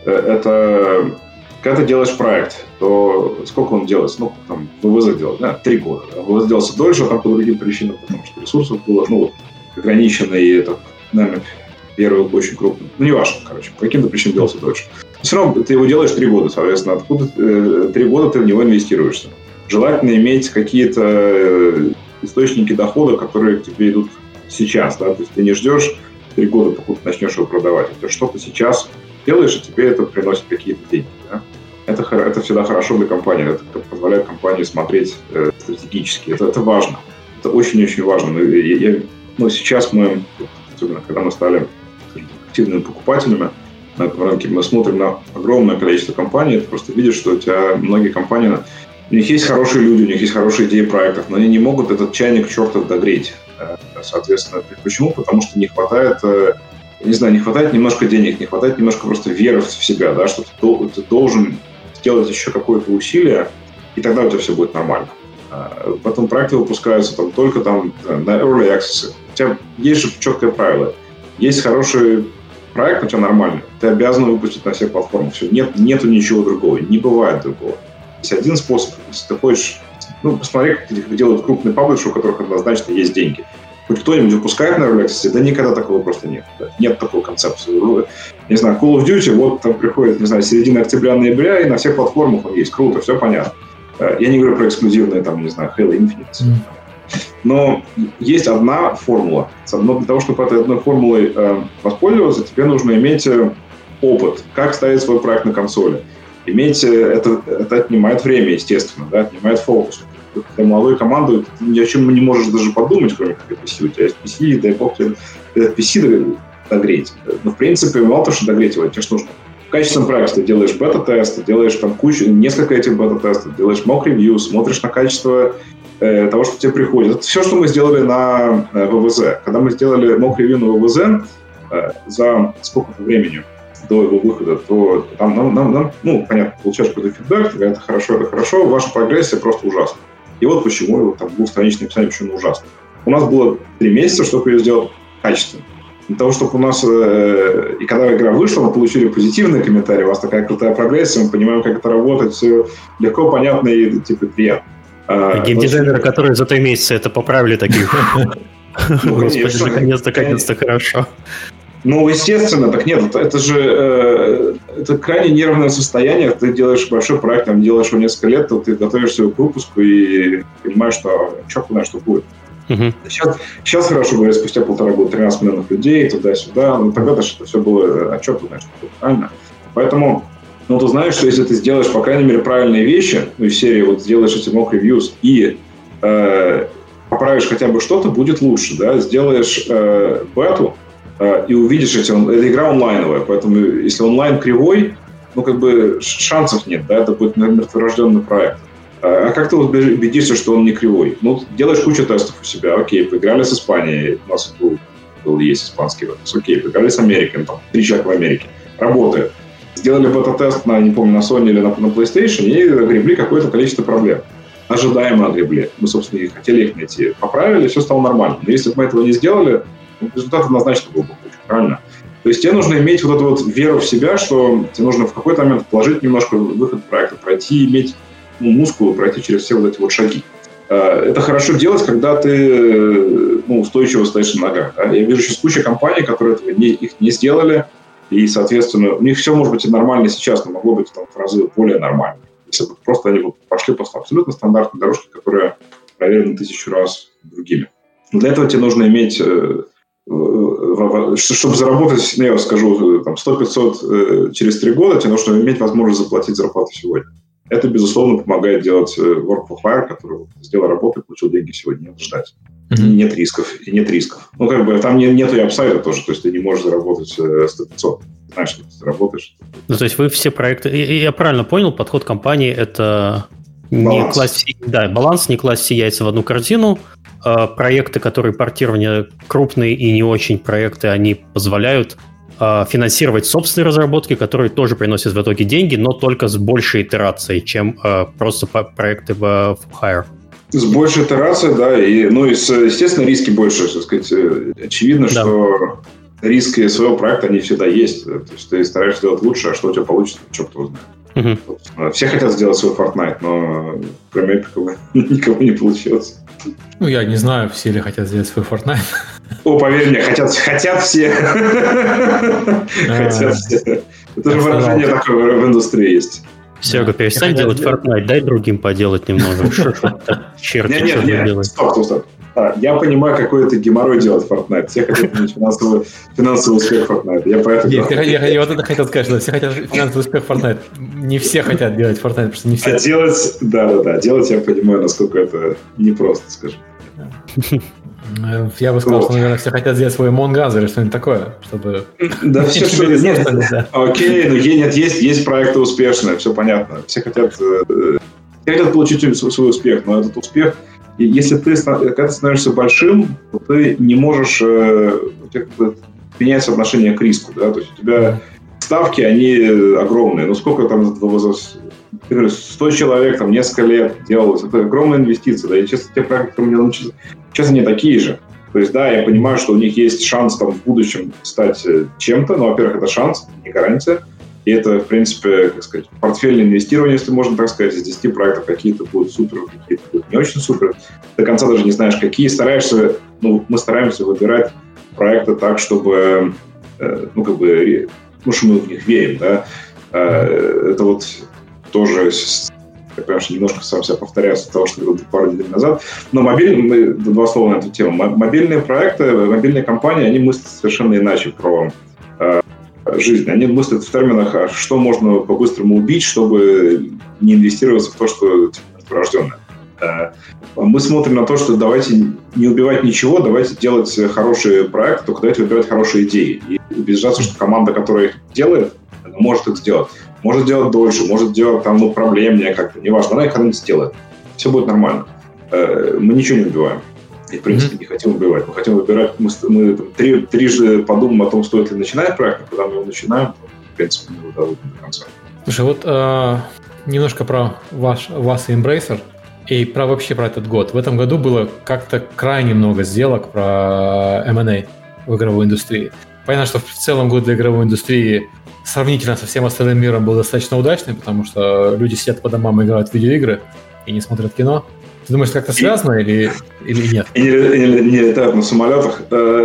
Это... Когда ты делаешь проект, то сколько он делается? Ну, там, ВВЗ делать, да, три года. Да? ВВЗ делался дольше, а там по другим причинам, потому что ресурсов было, ну, вот, ограничено, и это, наверное, первый очень крупный. Ну, не важно, короче, по каким-то причинам делался дольше. Но все равно ты его делаешь три года, соответственно, откуда э, три года ты в него инвестируешься. Желательно иметь какие-то э, источники дохода, которые к тебе идут сейчас, да, то есть ты не ждешь три года, пока ты начнешь его продавать. Это что-то сейчас делаешь, и тебе это приносит какие-то деньги. Да? Это, это всегда хорошо для компании, это позволяет компании смотреть э, стратегически. Это, это важно. Это очень-очень важно. Я, я, ну, сейчас мы, особенно когда мы стали активными покупателями на этом рынке, мы смотрим на огромное количество компаний, ты просто видишь, что у тебя многие компании, у них есть хорошие люди, у них есть хорошие идеи проектов, но они не могут этот чайник чертов догреть. Соответственно, почему? Потому что не хватает... не знаю, не хватает немножко денег, не хватает немножко просто веры в себя, да, что ты, ты должен сделать еще какое-то усилие, и тогда у тебя все будет нормально. Потом проекты выпускаются там, только там на early access. У тебя есть же четкое правило. Есть хороший проект, у тебя нормальный, ты обязан выпустить на всех платформах. Все, нет, нету ничего другого, не бывает другого. Есть один способ, если ты хочешь, ну, посмотри, как делают крупные паблишеры, у которых однозначно есть деньги. Хоть кто-нибудь выпускает на Early Access, да никогда такого просто нет. Да, нет такой концепции. Не знаю, Call of Duty, вот там приходит, не знаю, середина октября-ноября, и на всех платформах он есть. Круто, все понятно. Я не говорю про эксклюзивные, там, не знаю, Halo Infinite. Mm. Но есть одна формула. Но для того, чтобы этой одной формулой э, воспользоваться, тебе нужно иметь опыт, как ставить свой проект на консоли. Иметь, это, это отнимает время, естественно, да, отнимает фокус. Для молодой команды ты ни о чем не можешь даже подумать, кроме как пи си. У тебя есть пи си, дай бог тебе этот пи си догреть. Но, в принципе, мало того, что догреть его, тебе же нужно в качественном проекте. Ты делаешь бета-тесты, делаешь там кучу, несколько этих бета-тестов, делаешь mock-review, смотришь на качество э, того, что тебе приходит. Это все, что мы сделали на э, ВВЗ. Когда мы сделали mock-review на ВВЗ, э, за сколько-то времени до его выхода, то там, нам, нам, нам, ну, понятно, получаешь какой-то фидбэк, это хорошо, это хорошо, ваша прогрессия просто ужасна. И вот почему его там двухстраничное описание, почему ужасно. У нас было три месяца, чтобы ее сделать качественно. Для того, чтобы у нас... Э, и когда игра вышла, мы получили позитивные комментарии, у вас такая крутая прогрессия, мы понимаем, как это работает, все легко, понятно и типа приятно. А, геймдизайнеры, вот, которые за три месяца это поправили, такие... Господи, наконец-то, наконец-то хорошо. Ну, естественно, так нет, это же э, это крайне нервное состояние. Ты делаешь большой проект, там, делаешь его несколько лет, то ты готовишься к выпуску и понимаешь, что черт знает, что будет. Uh-huh. Сейчас, сейчас хорошо говорят, спустя полтора года тринадцать миллионов людей, туда-сюда, но тогда-то это все было, а черт знает, что будет, правильно? Поэтому, ну, ты знаешь, что если ты сделаешь, по крайней мере, правильные вещи, ну, из серии вот сделаешь эти mock reviews и э, поправишь хотя бы что-то, будет лучше, да, сделаешь э, бету, и увидишь эти... Это игра онлайновая, поэтому если онлайн кривой, ну, как бы шансов нет, да, это будет мертворожденный проект. А как ты убедишься, что он не кривой? Ну, делаешь кучу тестов у себя, окей, поиграли с Испанией, у нас был, был есть испанский вопрос, окей, поиграли с Америкой, там, три человека в Америке, работает. Сделали бета-тест на, не помню, на Sony или на, на PlayStation и огребли какое-то количество проблем. Ожидаемо огребли. Мы, собственно, и хотели их найти. Поправили, все стало нормально. Но если бы мы этого не сделали, результат однозначно был бы хуже, правильно? То есть тебе нужно иметь вот эту вот веру в себя, что тебе нужно в какой-то момент вложить немножко в выход проекта, пройти, иметь ну, мускулы, пройти через все вот эти вот шаги. Это хорошо делать, когда ты ну, устойчиво стоишь на ногах. Да? Я вижу сейчас кучу компаний, которые этого не, их не сделали, и, соответственно, у них все может быть и нормально сейчас, но могло быть там, в разы более нормально. Если бы просто они бы пошли по абсолютно стандартной дорожке, которая проверена тысячу раз другими. Но для этого тебе нужно иметь... Чтобы заработать, я скажу, там, сто-пятьсот через три года, тебе нужно иметь возможность заплатить зарплату сегодня. Это, безусловно, помогает делать work for hire, который сделал работу и получил деньги сегодня, не надо ждать. Mm-hmm. И нет рисков, и нет рисков. Ну, как бы, там не, нету и апсайда тоже, то есть ты не можешь заработать сто-пятьсот. Знаешь, что ты заработаешь. Ну, то есть вы все проекты... Я правильно понял, подход компании – это не класть, да, баланс, не класть все яйца в одну корзину. Проекты, которые портирование крупные и не очень проекты, они позволяют э, финансировать собственные разработки, которые тоже приносят в итоге деньги, но только с большей итерацией, чем э, просто проекты в uh, hire. С большей итерацией, да, и, ну и, естественно, риски больше, так сказать. Очевидно, да. Что риски своего проекта, они всегда есть. То есть ты стараешься сделать лучше, а что у тебя получится, черт его знает. Uh-huh. Все хотят сделать свой Fortnite, но кроме этого никого не получилось. Ну, я не знаю, все ли хотят сделать свой Fortnite. О, поверь мне, хотят, хотят все. Хотят все. Это же выражение такое в индустрии есть. Серега, перестань делать Fortnite, дай другим поделать немного. Черт, нет, нет, нет, стоп, стоп, стоп. А, я понимаю, какой это геморрой делать Fortnite. Все хотят иметь финансовый, финансовый успех Fortnite. Я поэтому... Нет, я, я, я вот это хотел сказать, что все хотят финансовый успех Fortnite. Не все хотят делать Fortnite, потому что не все... А делать, да-да-да, делать я понимаю, насколько это непросто, скажем. Я бы сказал, что, наверное, все хотят сделать свой Among Us или что-нибудь такое, чтобы... Да, все, что... Нет, окей, ну нет, есть, есть проекты успешные, все понятно. Все хотят, все хотят получить свой успех, но этот успех... И если ты, когда ты становишься большим, то ты не можешь... У тебя как-то меняется отношение к риску, да? То есть у тебя ставки, они огромные. Ну, сколько там... сто человек, там, несколько лет делалось. Это огромная инвестиция, да? И, честно, те проекты, которые мне научились, сейчас они такие же. То есть, да, я понимаю, что у них есть шанс там в будущем стать чем-то, но, во-первых, это шанс, не гарантия. И это, в принципе, как сказать, портфельное инвестирование, если можно так сказать, из десяти проектов какие-то будут супер, какие-то будут не очень супер. До конца даже не знаешь, какие. Стараешься, ну, мы стараемся выбирать проекты так, чтобы, э, ну, как бы, ну, что мы в них верим, да. Э, это вот тоже, я, конечно, немножко сам себя повторяю с того, что говорил пару недель назад, но мобильные, два слова на эту тему, мобильные проекты, мобильные компании, они мыслят совершенно иначе про э, жизнь. Они мыслят в терминах, а что можно по-быстрому убить, чтобы не инвестироваться в то, что рожденное. Мы смотрим на то, что давайте не убивать ничего, давайте делать хорошие проекты, только давайте выбирать хорошие идеи. И убеждаться, что команда, которая их делает, может их сделать. Может делать дольше, может делать там, ну, проблемнее как-то, неважно, она их когда-нибудь сделает. Все будет нормально. Мы ничего не убиваем. И, в принципе, mm-hmm. не хотим убивать. Мы хотим выбирать, мы, мы там, три, трижды подумаем о том, стоит ли начинать проект, а когда мы его начинаем, принципе, не доводим до конца. Слушай, вот э, немножко про ваш, вас и Embracer, и про вообще про этот год. В этом году было как-то крайне много сделок про эм энд эй в игровой индустрии. Понятно, что в целом год для игровой индустрии сравнительно со всем остальным миром был достаточно удачный, потому что люди сидят по домам и играют в видеоигры и не смотрят кино. Ты думаешь, как-то связано и, или, или нет? И не, не, не летают на самолетах.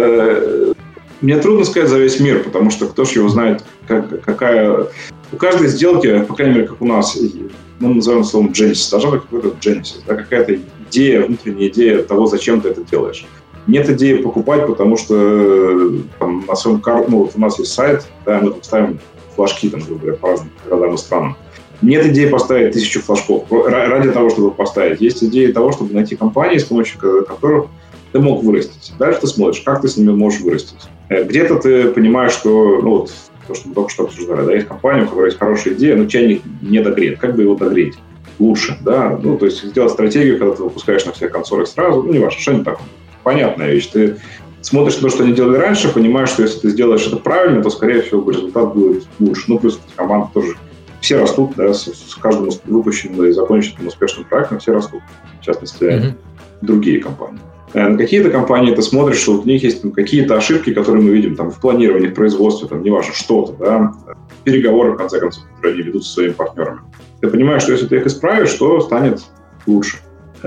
Мне трудно сказать за весь мир, потому что кто ж его знает, как, какая... У каждой сделки, по крайней мере, как у нас, мы называем словом genesis, должна быть какой-то genesis, да, какая-то идея, внутренняя идея того, зачем ты это делаешь. Нет идеи покупать, потому что там, на своем кар... ну, вот у нас есть сайт, да, мы там ставим флажки, там, грубо говоря, по разным городам и странам. Нет идеи поставить тысячу флажков ради того, чтобы поставить. Есть идея того, чтобы найти компании, с помощью которых ты мог вырастить. Дальше ты смотришь, как ты с ними можешь вырастить. Где-то ты понимаешь, что, ну вот, то, что мы только что обсуждали, да, есть компания, у которой есть хорошая идея, но чайник не догрет. Как бы его догреть лучше, да? Ну, то есть сделать стратегию, когда ты выпускаешь на все консоли сразу, ну, не важно, что-нибудь такое. Понятная вещь. Ты смотришь на то, что они делали раньше, понимаешь, что если ты сделаешь это правильно, то, скорее всего, результат будет лучше. Ну, плюс команда тоже... Все растут, да, с, с каждым выпущенным и законченным успешным проектом все растут. В частности, mm-hmm. другие компании. На какие-то компании ты смотришь, что у них есть там, какие-то ошибки, которые мы видим там, в планировании, в производстве, там, неважно, что-то, да, переговоры, в конце концов, которые они ведут со своими партнерами. Ты понимаешь, что если ты их исправишь, то станет лучше.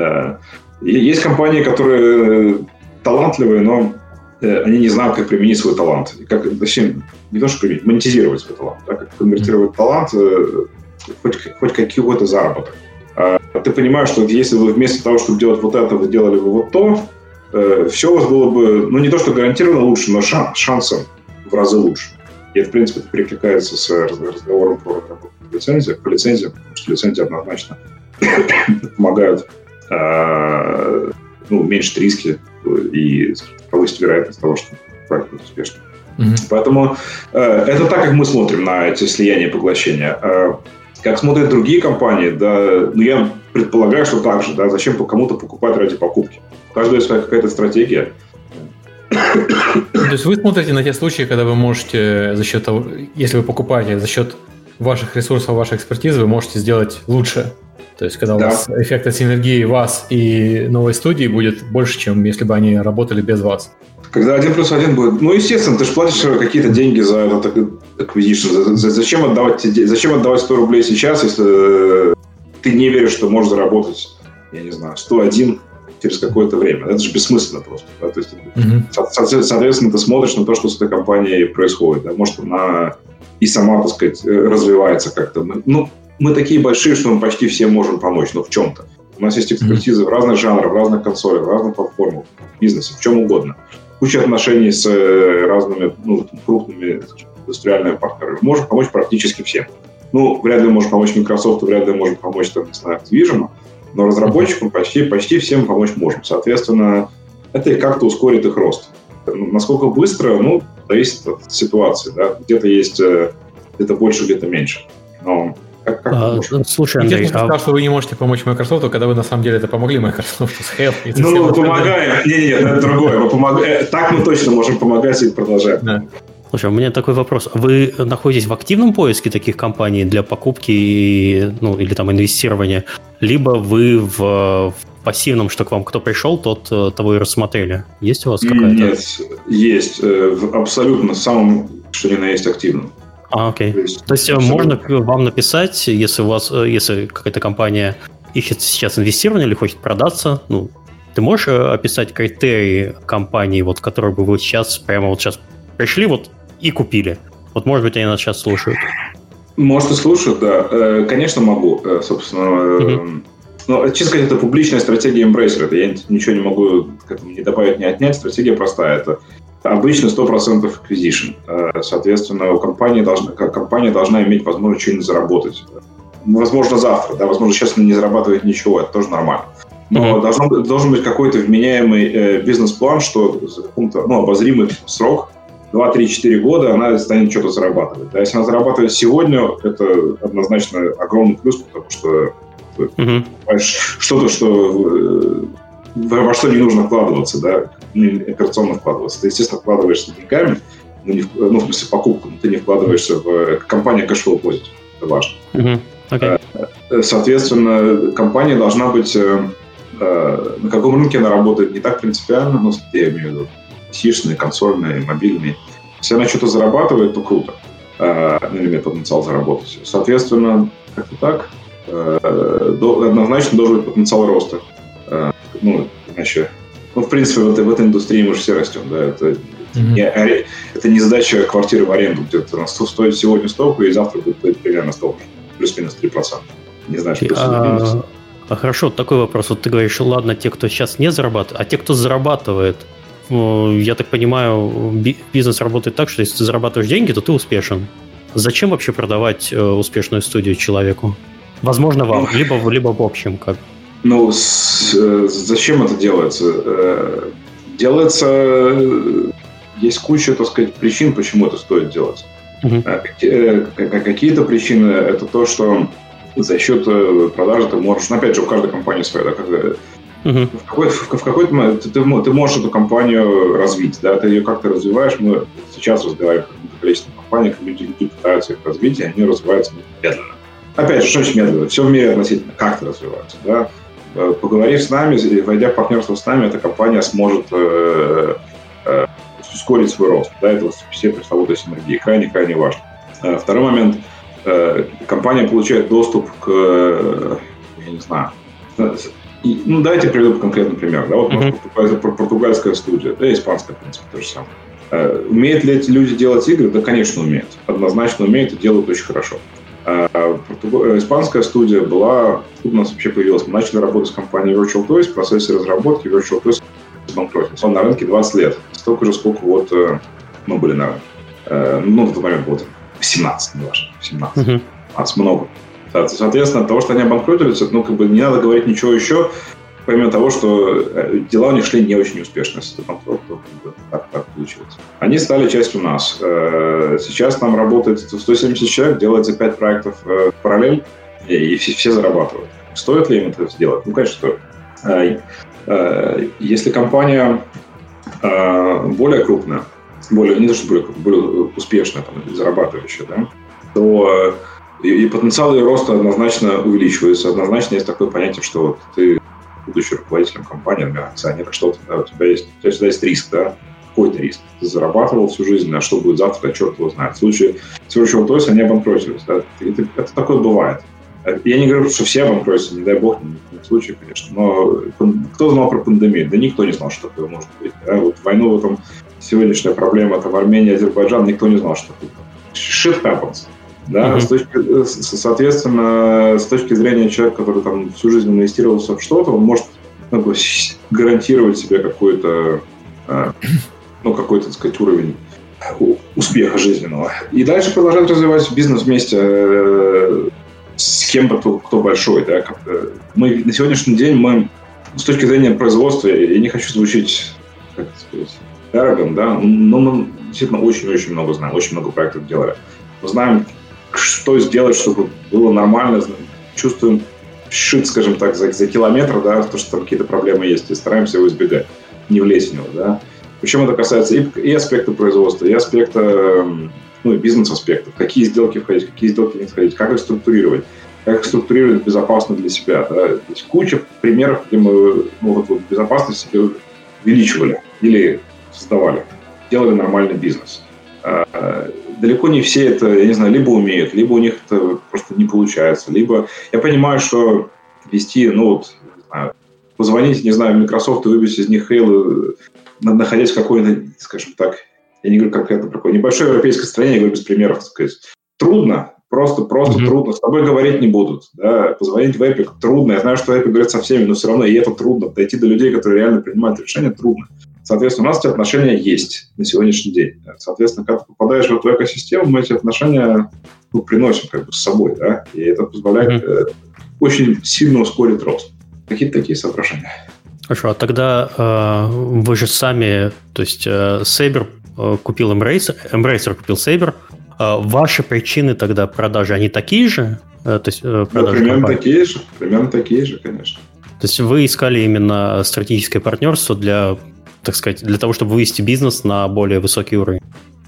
Есть компании, которые талантливые, но они не знают, как применить свой талант. И как, точнее, не то, что применить, монетизировать свой талант. Да, как конвертировать талант, хоть, хоть какой-то заработок. А ты понимаешь, что если вы вместо того, чтобы делать вот это, вы делали бы вот то, э, все у вас было бы, ну, не то, что гарантированно лучше, но шан, шансом в разы лучше. И это, в принципе, перекликается с разговором про работу по лицензиям, по лицензиям, потому что лицензии однозначно помогают э, ну, уменьшить риски и повысить вероятность того, что проект будет успешным. Mm-hmm. Поэтому э, это так, как мы смотрим на эти слияния и поглощения. Э, как смотрят другие компании, да, ну, я предполагаю, что так же. Да, зачем кому-то покупать ради покупки? У каждого есть своя какая-то стратегия. То есть вы смотрите на те случаи, когда вы можете за счет того, если вы покупаете за счет ваших ресурсов, вашей экспертизы, вы можете сделать лучше. То есть когда да. у вас эффект от синергии вас и новой студии будет больше, чем если бы они работали без вас. Когда один плюс один будет... Ну, естественно, ты же платишь какие-то деньги за этот acquisition. Зачем отдавать, зачем отдавать сто рублей сейчас, если ты не веришь, что можешь заработать, я не знаю, сто один через какое-то время? Это же бессмысленно просто. Да? То есть, mm-hmm. соответственно, ты смотришь на то, что с этой компанией происходит. Да? Может, она и сама, так сказать, развивается как-то. Ну, мы такие большие, что мы почти всем можем помочь, но в чем-то. У нас есть экспертизы mm-hmm. в разных жанрах, в разных консолях, в разных платформах, в бизнесе, в чем угодно. Куча отношений с разными ну, крупными индустриальными партнерами. Мы можем помочь практически всем. Ну, вряд ли можем помочь Microsoft, вряд ли можем помочь там, не знаю, Activision, но разработчикам почти, почти всем помочь можем. Соответственно, это как-то ускорит их рост. Насколько быстро, ну, зависит от ситуации. Да? Где-то есть, где-то больше, где-то меньше. Но как, как а, слушай, Андрей, я а... сказал, что вы не можете помочь Microsoft, когда вы на самом деле это помогли Microsoft с Help. Ну, мы помогаем. Нет, это другое. Мы помогаем. Так мы точно можем помогать и продолжать. Да. Слушай, у меня такой вопрос. Вы находитесь в активном поиске таких компаний для покупки, ну, или там инвестирования, либо вы в, в пассивном, что к вам кто пришел, тот того и рассмотрели? Есть у вас какая-то? Нет, есть. Абсолютно самым, что ни на есть, активным. А, окей. То есть, То есть можно вам написать, если у вас, если какая-то компания ищет сейчас инвестирование или хочет продаться, ну, ты можешь описать критерии компании, вот, которые бы вы сейчас, прямо вот сейчас пришли вот и купили? Вот, может быть, они нас сейчас слушают. Может, и слушают, да. Конечно, могу, собственно. Mm-hmm. Но, честно сказать, это публичная стратегия Embracer. Это я ничего не могу к этому не добавить, не отнять. Стратегия простая. Это обычно сто процентов acquisition. Соответственно, у компании должна, компания должна иметь возможность что-нибудь заработать. Возможно, завтра. Да? Возможно, сейчас она не зарабатывает ничего. Это тоже нормально. Но mm-hmm. должен, должен быть какой-то вменяемый э, бизнес-план, что за какой-то ну, обозримый срок, два, три, четыре года, она станет что-то зарабатывать. Да? Если она зарабатывает сегодня, это однозначно огромный плюс, потому что mm-hmm. что-то, что во что не нужно вкладываться, да, операционно вкладываться. Ты, естественно, вкладываешься деньгами, ну, не, ну, в смысле, покупку, но ты не вкладываешься в компанию cash-flow positive. Это важно. Uh-huh. Okay. Соответственно, компания должна быть... На каком рынке она работает, не так принципиально, ну, я имею в виду сишные, консольные, мобильные. Если она что-то зарабатывает, то круто. Ну, имеет потенциал заработать. Соответственно, как-то так. Однозначно должен быть потенциал роста. Ну, иначе... Ну, в принципе, в этой, в этой индустрии мы же все растем, да, это, mm-hmm. не, это не сдача квартиры в аренду, где-то она стоит сегодня столько, и завтра будет стоить примерно столько, плюс-минус три процента. Не знаю, что плюс-минус. А, а хорошо, такой вопрос, вот ты говоришь, ладно, те, кто сейчас не зарабатывает, а те, кто зарабатывает, я так понимаю, бизнес работает так, что если ты зарабатываешь деньги, то ты успешен. Зачем вообще продавать успешную студию человеку? Возможно, вам, либо, либо в общем, как. Ну, с, зачем это делается? Делается... Есть куча, так сказать, причин, почему это стоит делать. Uh-huh. Какие-то причины – это то, что за счет продажи ты можешь... Ну, опять же, у каждой компании своя. Да, когда, uh-huh. в, какой, в, в какой-то момент ты, ты можешь эту компанию развить. Да, ты ее как-то развиваешь. Мы сейчас разговариваем про количество компаний, как люди, люди пытаются их развить, и они развиваются медленно. Опять же, что очень медленно? Все в мире относительно как-то развиваются. Да? Поговорив с нами, войдя в партнерство с нами, эта компания сможет э, э, ускорить свой рост. Да, это все пресловутые синергии. Крайне-крайне важно. Э, второй момент. Э, компания получает доступ к, э, я не знаю, и, ну, давайте приведу конкретный пример. Да, вот mm-hmm. может, португальская студия, да, испанская, в принципе, то же самое. Э, умеют ли эти люди делать игры? Да, конечно, умеют. Однозначно умеют и делают очень хорошо. Испанская студия была... Тут у нас вообще появилась. Мы начали работать с компанией Virtual Toys в процессе разработки. Virtual Toys банкротился. Он на рынке двадцать лет. Столько же, сколько вот мы были на рынке. Ну, на тот момент было семнадцать, не важно. семнадцать. Uh-huh. семнадцать, много. Соответственно, от того, что они обанкротились, ну, как бы не надо говорить ничего еще, помимо того, что дела у них шли не очень успешно. Если это банкрот, то так, так получилось. Они стали частью нас. Сейчас там работает сто семьдесят человек, делается пять проектов в параллель, и все, все зарабатывают. Стоит ли им это сделать? Ну, конечно, стоит. Если компания более крупная, более, не то, что более крупная, более успешная, там, зарабатывающая, да, то и, и потенциал ее роста однозначно увеличивается. Однозначно есть такое понятие, что вот ты будучи руководителем компании, акционером, что-то, да, у тебя есть, у тебя всегда есть риск, да, какой-то риск. Ты зарабатывал всю жизнь, а что будет завтра, да, черт его знает. В случае с Virtual Toys они обанкротились, да, это, это такое бывает. Я не говорю, что все обанкротятся, не дай бог, ни в коем случае, конечно, но кто знал про пандемию? Да никто не знал, что такое может быть. Да? Вот войну, в этом сегодняшняя проблема, это в Армении, Азербайджан, никто не знал, что такое. Shit happens. Да, mm-hmm. с точки, соответственно, с точки зрения человека, который там всю жизнь инвестировался в что-то, он может, ну, гарантировать себе какой-то, ну, какой-то, так сказать, уровень успеха жизненного. И дальше продолжать развивать бизнес вместе с кем-то, кто, кто большой. Да? Мы на сегодняшний день, мы с точки зрения производства, я не хочу звучить, как сказать, arrogant, да, но мы действительно очень-очень много знаем, очень много проектов делали. Мы знаем, что сделать, чтобы было нормально, чувствуем шит, скажем так, за, за километр, да, то, что там какие-то проблемы есть, и стараемся его избегать, не влезть в него, да. Причем это касается и, и аспекта производства, и аспекта, ну, и бизнес-аспектов, какие сделки входить, какие сделки не входить, как их структурировать, как их структурировать безопасно для себя, да. То есть куча примеров, где мы, ну, вот, вот безопасность себе увеличивали или создавали, делали нормальный бизнес. Далеко не все это, я не знаю, либо умеют, либо у них это просто не получается, либо я понимаю, что вести, ну вот, не знаю, позвонить, не знаю, в Microsoft и выбить из них хейл, находясь в какой-то, скажем так, я не говорю конкретно про какое небольшой европейской стране, я говорю без примеров, так сказать, трудно, просто, просто mm-hmm. трудно, с тобой говорить не будут, да, позвонить в Epic трудно, я знаю, что Epic говорит со всеми, но все равно и это трудно, дойти до людей, которые реально принимают решения, трудно. Соответственно, у нас эти отношения есть на сегодняшний день. Соответственно, когда ты попадаешь в эту экосистему, мы эти отношения, ну, приносим как бы с собой, да, и это позволяет mm-hmm. э, очень сильно ускорить рост. Какие-то такие соображения. Хорошо, а тогда э, вы же сами, то есть э, Saber э, купил Embracer, Embracer купил Saber. Э, ваши причины тогда продажи, они такие же? Э, то есть, э, ну, примерно компании? такие же, примерно такие же, конечно. То есть вы искали именно стратегическое партнерство для, так сказать, для того, чтобы вывести бизнес на более высокий уровень?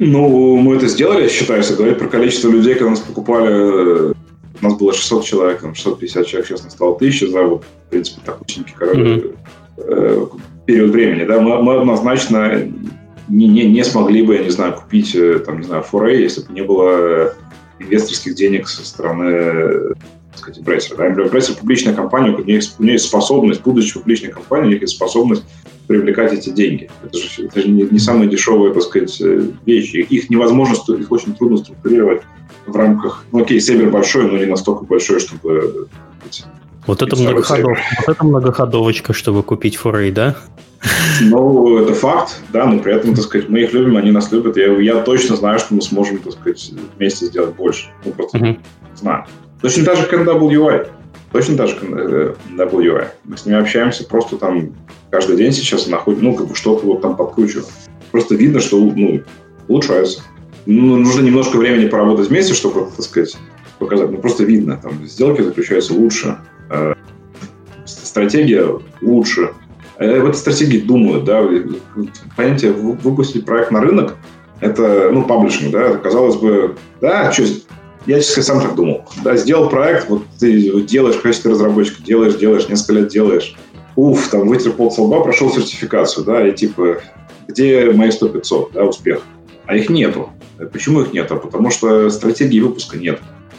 Ну, мы это сделали, я считаю, если говорить про количество людей, когда нас покупали, у нас было шестьсот человек, там шестьсот пятьдесят человек, сейчас нас стало тысяча за, вот, в принципе, так ученики mm-hmm. э, период времени, да, мы, мы однозначно не, не, не смогли бы, я не знаю, купить, там, не знаю, фор эй, если бы не было инвесторских денег со стороны, так сказать, Embracer. Да? Embracer публичная компания, у нее, есть, у нее есть способность, будучи публичной компанией, у них есть способность привлекать эти деньги. Это же, это же не, не самые дешевые, так сказать, вещи. Их невозможно, их очень трудно структурировать в рамках... Ну, окей, Saber большой, но не настолько большой, чтобы... Вот это, многоходов, вот это многоходовочка, чтобы купить фор эй, да? Ну, это факт, да, но при этом, так сказать, мы их любим, они нас любят. Я, я точно знаю, что мы сможем, так сказать, вместе сделать больше. Ну, просто uh-huh. знаю. Точно так же, как эн дабл ю ай. Точно так же, как эн дабл ю ай. Мы с ними общаемся просто там каждый день сейчас находим, ну, как бы что-то вот там подкручиваем. Просто видно, что, ну, улучшается. Ну, нужно немножко времени поработать вместе, чтобы, так сказать, показать. Ну, просто видно, там, сделки заключаются лучше, э, стратегия лучше. Э, в этой стратегии думают, да. Понятие, выпустить проект на рынок, это, ну, паблишинг, да, казалось бы, да, что, я, честно сказать, сам так думал. Да, сделал проект, вот ты делаешь в качестве разработчика, делаешь, делаешь, несколько лет делаешь. Уф, там, вытер пот со лба, прошел сертификацию, да, и типа, где мои сто пятьсот, да, успех? А их нету. Почему их нету? Потому что стратегии выпуска нет.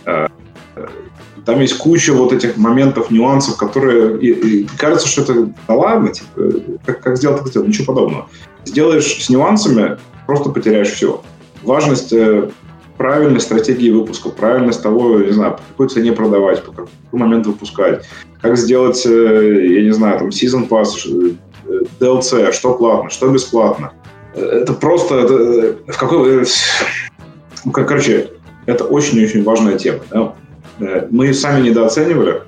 Там есть куча вот этих моментов, нюансов, которые... И, и кажется, что это... Да ладно, типа, как, как сделать, так сделать. Ничего подобного. Сделаешь с нюансами, просто потеряешь все. Важность правильной стратегии выпуска, правильность того, не знаю, по какой цене продавать, по какой момент выпускать, как сделать, я не знаю, там, Season Pass, ди эл си, что платно, что бесплатно. Это просто... Это, в какой... Ну, как, короче, это очень-очень важная тема. Да? Мы ее сами недооценивали,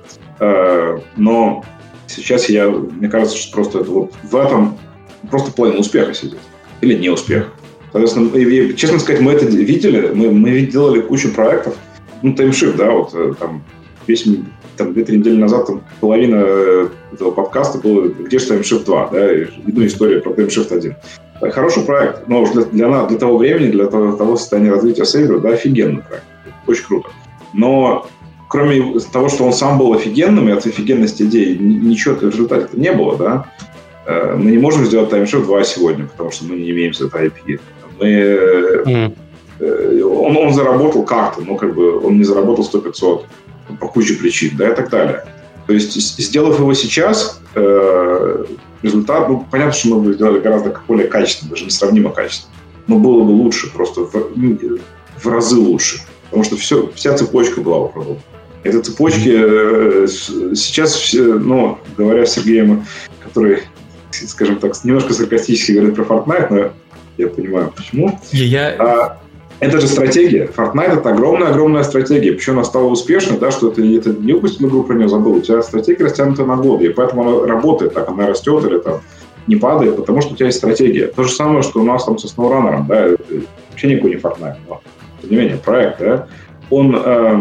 но сейчас я, мне кажется, что просто это вот в этом просто половина успеха сидит. Или не успех. Соответственно, и, честно сказать, мы это видели, мы, мы делали кучу проектов. Ну, TimeShift, да, вот там весь, там, две-три недели назад там, половина этого подкаста была «Где же TimeShift два?» да, и, ну, история про TimeShift один. Хороший проект, но для, для, для того времени, для того, того состояния развития Saber, да, офигенный проект. Очень круто. Но кроме того, что он сам был офигенным, и от офигенности идеи ничего в результате не было, да, мы не можем сделать TimeShift два сегодня, потому что мы не имеем за это ай пи. Мы, mm. он, он заработал как-то, но как бы он не заработал сто пятьсот по куче причин, да, и так далее. То есть, сделав его сейчас, результат, ну, понятно, что мы бы сделали гораздо более качественно, даже несравнимо качественно, но было бы лучше, просто в, в разы лучше, потому что все, вся цепочка была бы продумана. Этой цепочки сейчас, все, ну, говоря с Сергеем, который, скажем так, немножко саркастически говорит про Fortnite, но я понимаю, почему. Я... А, это же стратегия. Fortnite — это огромная-огромная стратегия. Причем она стала успешной, да, что это, это не упустил игру, про нее забыл. У тебя стратегия растянута на годы, и поэтому она работает, так она растет или там не падает, потому что у тебя есть стратегия. То же самое, что у нас там со SnowRunner, да, это вообще никакой не Fortnite, но, тем не менее, проект, да, он э,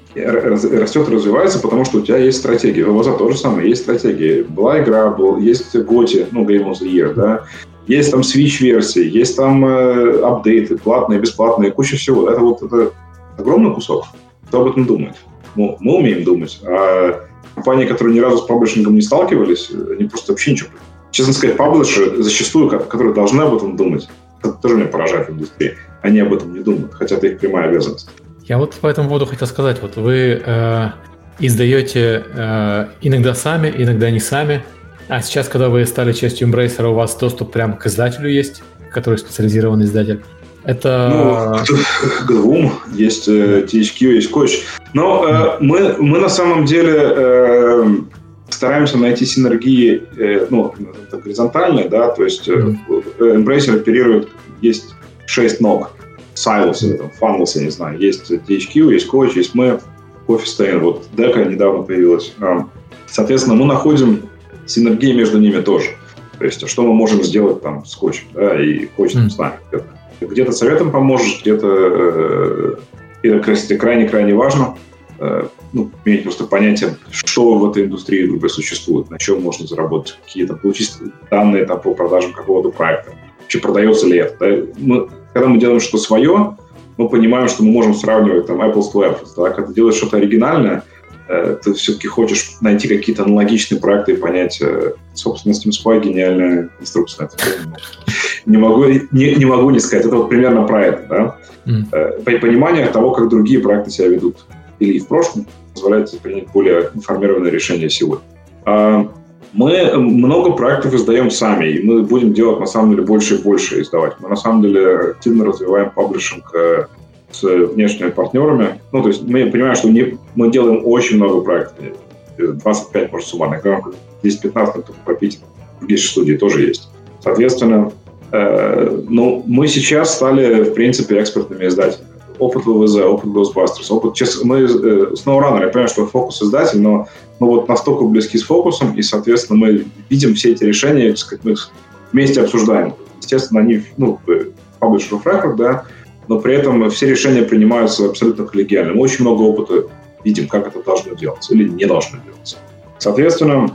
растет и развивается, потому что у тебя есть стратегия. У ВОЗа то же самое, есть стратегия. Была игра, был, есть Готи, ну, Game of the Year, да, есть там Switch-версии, есть там э, апдейты, платные, бесплатные, куча всего. Это вот это огромный кусок. Кто об этом думает? Ну, мы умеем думать. А компании, которые ни разу с паблишингом не сталкивались, они просто вообще ничего. Честно сказать, паблишеры зачастую, которые должны об этом думать, это тоже меня поражает в индустрии. Они об этом не думают, хотя это их прямая обязанность. Я вот по этому поводу хотел сказать. Вот вы э, издаете э, иногда сами, иногда не сами. А сейчас, когда вы стали частью Embracer, у вас доступ прямо к издателю есть, который специализированный издатель. Это... Ну, к двум. Есть э, ти эйч кью, есть Koch. Но э, мы, мы на самом деле э, стараемся найти синергии, э, ну, горизонтальные, да, то есть э, Embracer оперирует, есть шесть ног, silos, или там, funnels, я не знаю, есть ти эйч кью, есть Koch, есть мы, Coffee Stain, вот Дека недавно появилась. Соответственно, мы находим синергии между ними тоже. То есть, что мы можем сделать там с Koch, да, и Koch там mm. с нами. Где-то, где-то советом поможешь, где-то э, это крайне-крайне важно, э, ну, иметь просто понятие, что в этой индустрии грубо существует, на чем можно заработать, какие-то получить данные там, по продажам какого-то проекта, вообще продается ли это. Да? Мы, когда мы делаем что-то свое, мы понимаем, что мы можем сравнивать там apples to apples. Да? Когда ты делаешь что-то оригинальное, э, ты все-таки хочешь найти какие-то аналогичные проекты и понять, э, собственно, Steam Spy гениальная инструкция. Не могу не, не могу не сказать. Это вот примерно про это. Да? Mm. Понимание того, как другие проекты себя ведут. Или в прошлом позволяет принять более информированное решение сегодня. Мы много проектов издаем сами, и мы будем делать, на самом деле, больше и больше издавать. Мы, на самом деле, активно развиваем паблишинг с внешними партнерами. Ну, то есть мы понимаем, что не, мы делаем очень много проектов. двадцать пять, может, суммарно. десять-пятнадцать, только про Питер. Другие студии тоже есть. Соответственно, э, ну, мы сейчас стали, в принципе, экспертными издателями. Опыт вэ вэ зэ, опыт Ghostbusters, опыт... Сейчас мы э, с SnowRunner, я понимаю, что фокус издатель, но мы вот настолько близки с фокусом, и, соответственно, мы видим все эти решения, так сказать, мы их вместе обсуждаем. Естественно, они, ну, publisher of record, да, но при этом все решения принимаются абсолютно коллегиально. Мы очень много опыта видим, как это должно делаться или не должно делаться. Соответственно,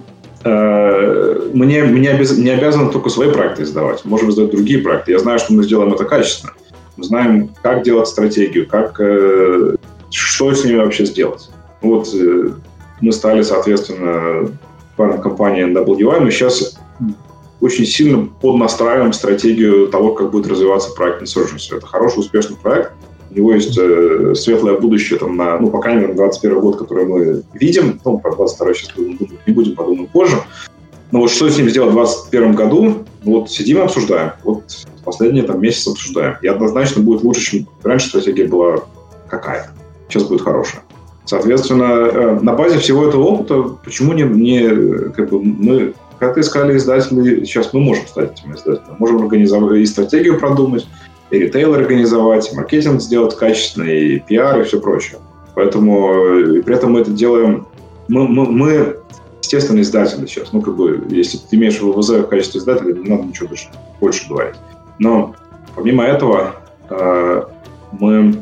э, мне, мне обяз... не обязаны только свои проекты издавать. Мы можем издавать другие проекты. Я знаю, что мы сделаем это качественно. Мы знаем, как делать стратегию, как, э, что с ними вообще сделать. Вот э, мы стали, соответственно, парной компанией эн дабл ю ай, мы сейчас очень сильно поднастраиваем стратегию того, как будет развиваться проект Insurgency. Это хороший, успешный проект. У него есть э, светлое будущее там, на, ну, по крайней мере, на двадцать первый год, который мы видим. Ну, про двадцать второй сейчас будем думать, не будем, подумаем позже. Но вот что с ним сделать в двадцать первом году, вот сидим и обсуждаем. Вот последние там, месяцы обсуждаем. И однозначно будет лучше, чем раньше стратегия была какая-то. Сейчас будет хорошая. Соответственно, на базе всего этого опыта, почему не, не как бы мы, как искали издатели, сейчас мы можем стать этими издателями. Можем организовать и стратегию продумать, и ритейл организовать, и маркетинг сделать качественный, и пиар, и все прочее. Поэтому, и при этом мы это делаем... Мы, мы, мы естественно, издатели сейчас. Ну, как бы, если ты имеешь вэ вэ зэ в качестве издателя, не надо ничего больше, больше говорить. Но, помимо этого, э, мы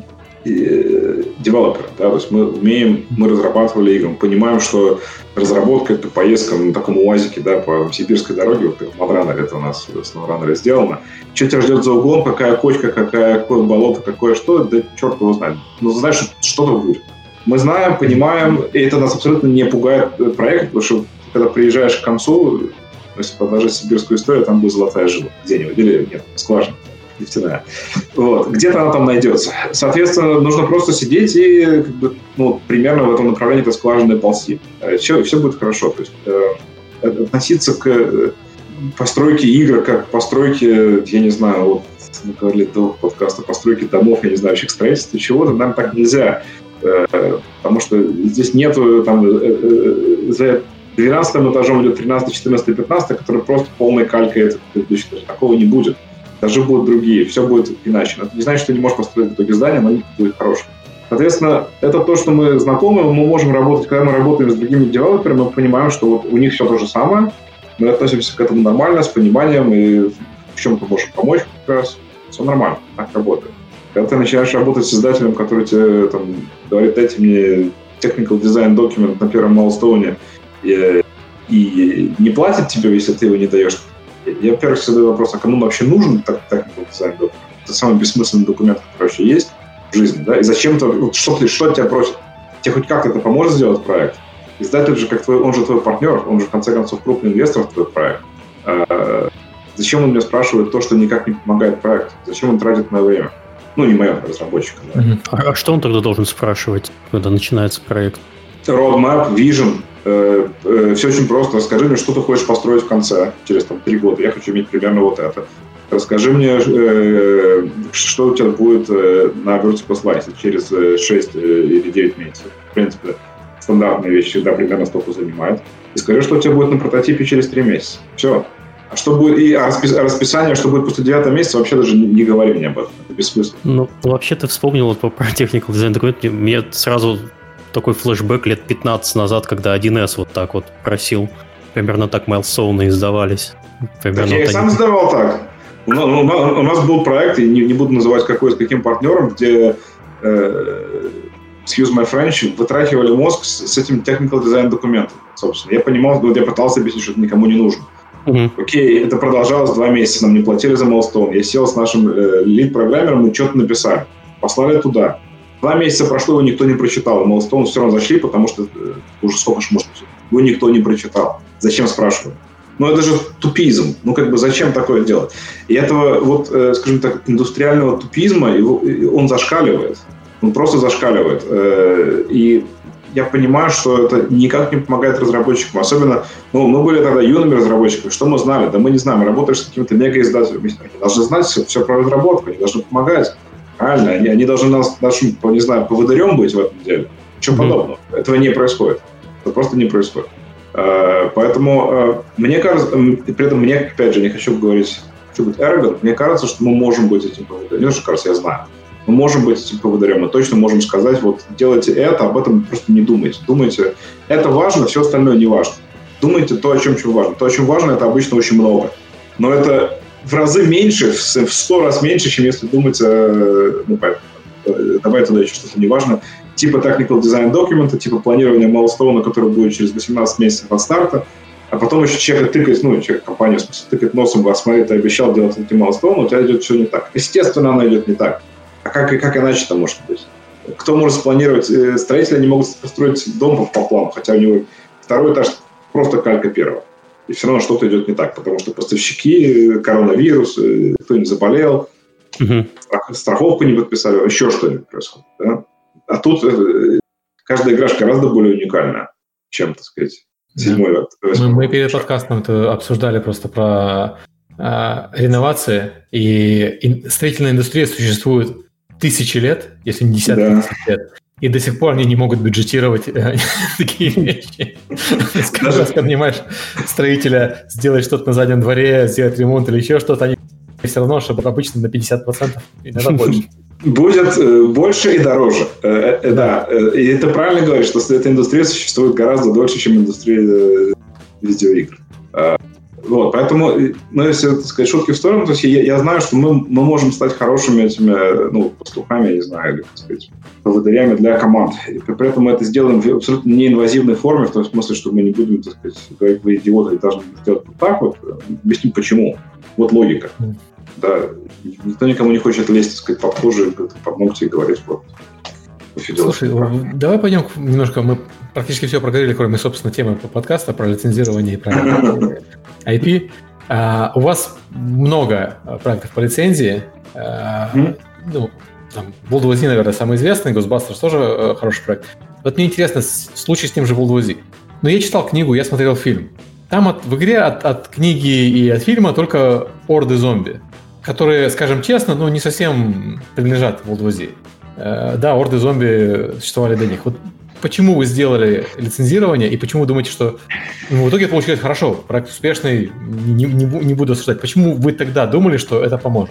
э, девелоперы, да, то есть мы умеем, мы разрабатывали игры, мы понимаем, что разработка — это поездка на таком УАЗике, да, по сибирской дороге, вот как в Мадранере это у нас в SnowRunner сделано. Что тебя ждет за углом, какая кочка, какая, какое болото, какое что, да черт его знает. Но знаешь, что что-то будет. Мы знаем, понимаем, и это нас абсолютно не пугает проект, потому что когда приезжаешь к концу, если подложить сибирскую историю, там будет золотая жила где-нибудь, или нет, скважина нефтяная. Вот. Где-то она там найдется. Соответственно, нужно просто сидеть и как бы, ну, примерно в этом направлении этой скважины ползти. Все, все будет хорошо. То есть, э, относиться к постройке игр как к постройке, я не знаю, вот мы говорили до подкаста, постройки домов, я не знаю, вообще к строительству чего-то, наверное, так нельзя. Потому что здесь нету там за двенадцатым этажом идет тринадцатый, четырнадцатый, пятнадцатый, который просто полной калькой это предыдущий этаж. Такого не будет. Даже будут другие. Все будет иначе. Но это не значит, что ты не можешь построить в итоге здание, но оно будет хорошим. Соответственно, это то, что мы знакомы, мы можем работать. Когда мы работаем с другими девелоперами, мы понимаем, что вот у них все то же самое. Мы относимся к этому нормально, с пониманием, и в чем-то можем помочь как раз. Все нормально, так работает. Когда ты начинаешь работать с издателем, который тебе там, говорит, дайте мне technical design document на первом майлстоуне, и, и не платит тебе, если ты его не даешь. Я, во-первых, задаю вопрос, а кому вообще нужен technical design document? Это самый бессмысленный документ, который вообще есть в жизни. Да? И зачем-то, вот, что, ты, что тебя просит? Тебе хоть как-то это поможет сделать проект? Издатель же, как твой, он же твой партнер, он же, в конце концов, крупный инвестор в твой проект. А, зачем он меня спрашивает то, что никак не помогает проекту? Зачем он тратит мое время? Ну, не мое, разработчика. Да. Mm-hmm. А что он тогда должен спрашивать, когда начинается проект? Roadmap, vision. Э, э, все очень просто. Расскажи мне, что ты хочешь построить в конце, через там, три года. Я хочу иметь примерно вот это. Расскажи мне, э, что у тебя будет э, на vertical slice через шесть э, или девять месяцев. В принципе, стандартные вещи всегда примерно столько занимает. И скажи, что у тебя будет на прототипе через три месяца. Все. А что будет, и а распис, а расписание, что будет после девятого месяца, вообще даже не, не говори мне об этом. Это бессмысленно. Ну, вообще ты вспомнил вот про technical design документ. Мне сразу такой флешбэк лет пятнадцать назад, когда один эс вот так вот просил. Примерно так майлстоуны издавались. Примерно так я и сам издавал так. У нас, у нас был проект, и не, не буду называть какой, с каким партнером, где, э, excuse my French, вытрахивали мозг с, с этим technical design документом. Собственно, я понимал, я пытался объяснить, что это никому не нужно. Mm-hmm. Окей, это продолжалось два месяца, нам не платили за Milestone. Я сел с нашим э, лид-программером, мы что-то написали, послали туда. Два месяца прошло, его никто не прочитал. Milestone все равно зашли, потому что э, уже сколько ж можно, его никто не прочитал. Зачем, спрашиваю? Ну, это же тупизм. Ну, как бы, зачем такое делать? И этого, вот, э, скажем так, индустриального тупизма, его, он зашкаливает. Он просто зашкаливает. Э, и я понимаю, что это никак не помогает разработчикам. Особенно, ну, мы были тогда юными разработчиками. Что мы знали? Да мы не знаем. Мы работали с какими-то мега-издателями. Они должны знать все, все про разработку. Они должны помогать. Правильно? Они, они должны нас, нашим, не знаю, поводырем быть в этом деле. Ничего mm-hmm. подобного. Этого не происходит. Это просто не происходит. Поэтому мне кажется, при этом мне, опять же, не хочу говорить, хочу быть arrogant, мне кажется, что мы можем быть этим поводырем. Не то, что кажется, я знаю. Мы можем быть этим поводырем, мы точно можем сказать, вот, делайте это, об этом просто не думайте. Думайте, это важно, все остальное не важно. Думайте то, о чем, чем важно. То, о чем важно, это обычно очень много. Но это в разы меньше, в сто раз меньше, чем если думать, ну, давай туда еще что-то неважно. Типа technical design документа, типа планирования Milestone, который будет через восемнадцать месяцев от старта, а потом еще человек тыкает, ну, человек, компания, в смысле, тыкает носом, говорит, смотри, ты обещал делать эти Milestone, у тебя идет все не так. Естественно, оно идет не так. А как, как иначе-то может быть? Кто может спланировать? Строители не могут построить дом по плану, хотя у него второй этаж просто калька первого. И все равно что-то идет не так, потому что поставщики, коронавирус, кто-нибудь заболел, uh-huh. страховку не подписали, еще что-нибудь происходит, да? А тут э, каждая игра гораздо более уникальна, чем, так сказать, седьмой. Да. Мы, мы перед подкастом это обсуждали просто про э, реновации. И ин, строительная индустрия существует тысячи лет, если не десятки да. тысяч лет. И до сих пор они не могут бюджетировать э, такие вещи. Скажи, раз, понимаешь, строителя сделать что-то на заднем дворе, сделать ремонт или еще что-то, они все равно, чтобы обычно на пятьдесят процентов, иногда больше. Будет э, больше и дороже. Э, э, да. да. И ты правильно говоришь, что эта индустрия существует гораздо дольше, чем индустрия э, видеоигр. Э, вот, поэтому, ну, если, так сказать, шутки в сторону, то есть я, я знаю, что мы, мы можем стать хорошими этими, ну, пастухами, я не знаю, или, так сказать, поводырями для команд. И при этом мы это сделаем в абсолютно неинвазивной форме, в том смысле, что мы не будем, так сказать, говорить, вы идиоты, должны сделать вот так вот. Объясним, почему. Вот логика. Да, никто никому не хочет лезть, так сказать, под кожу, под ногти и говорить, вот. Слушай, давай пойдем немножко, мы практически все проговорили, кроме, собственно, темы подкаста про лицензирование и про ай пи. А, у вас много проектов по лицензии. А, mm-hmm. Ну, там, World War Z, наверное, самый известный, Ghostbusters тоже э, хороший проект. Вот мне интересно, случай с тем же World War Z. Но я читал книгу, я смотрел фильм. Там от, в игре от, от книги и от фильма только орды зомби, которые, скажем честно, ну, не совсем принадлежат World War Z. Э, да, орды зомби существовали до них. Вот почему вы сделали лицензирование и почему вы думаете, что ну, в итоге это получилось хорошо, проект успешный, не, не, не буду осуждать. Почему вы тогда думали, что это поможет?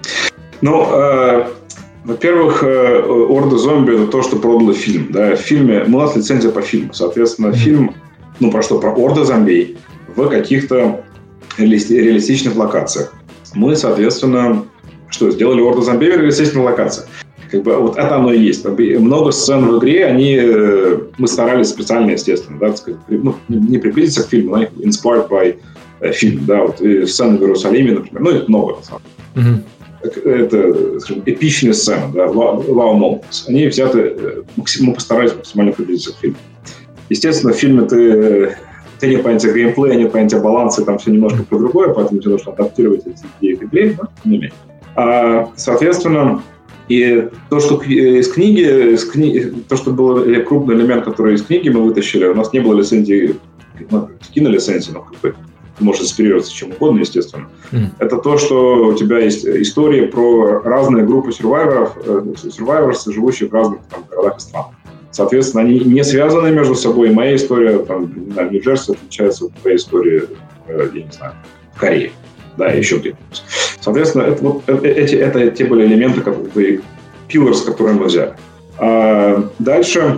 Ну, э, во-первых, э, орды зомби — это то, что продало фильм. Да? В фильме, у нас лицензия по фильму. Соответственно, mm-hmm. фильм, ну, про что? Про орды зомби в каких-то реалистичных локациях. Мы, соответственно, что, сделали орду зомби в реалистичных локациях. Как бы вот это оно и есть. Много сцен в игре, они, мы старались специально, естественно, да, так сказать, ну, не приблизиться к фильму, но inspired by э, фильм, да, вот и сцены в Иерусалиме, например, ну, это много, на самом деле. Mm-hmm. Это, скажем, эпичные сцены, да, wow moments. Они взяты, мы постарались максимально приблизиться к фильму. Естественно, в фильме ты, ты нет понятия геймплея, нет понятия баланса, там все немножко по-другому, поэтому тебе нужно адаптировать эти идеи к игре, да, не менее. А, соответственно, и то, что из книги, из кни... то, что был крупный элемент, который из книги мы вытащили, у нас не было лицензии, ну, кинолицензии, но как бы может инспирироваться чем угодно, естественно. Mm. Это то, что у тебя есть истории про разные группы сурвайверов, сурвайверов, живущих в разных там, городах и странах. Соответственно, они не связаны между собой. Моя история, там, в Нью-Джерси отличается от твоей истории, я не знаю, в Корее. Да, еще где-то. Соответственно, это, вот, эти, это те были элементы, которые pillars, которые мы взяли. А дальше,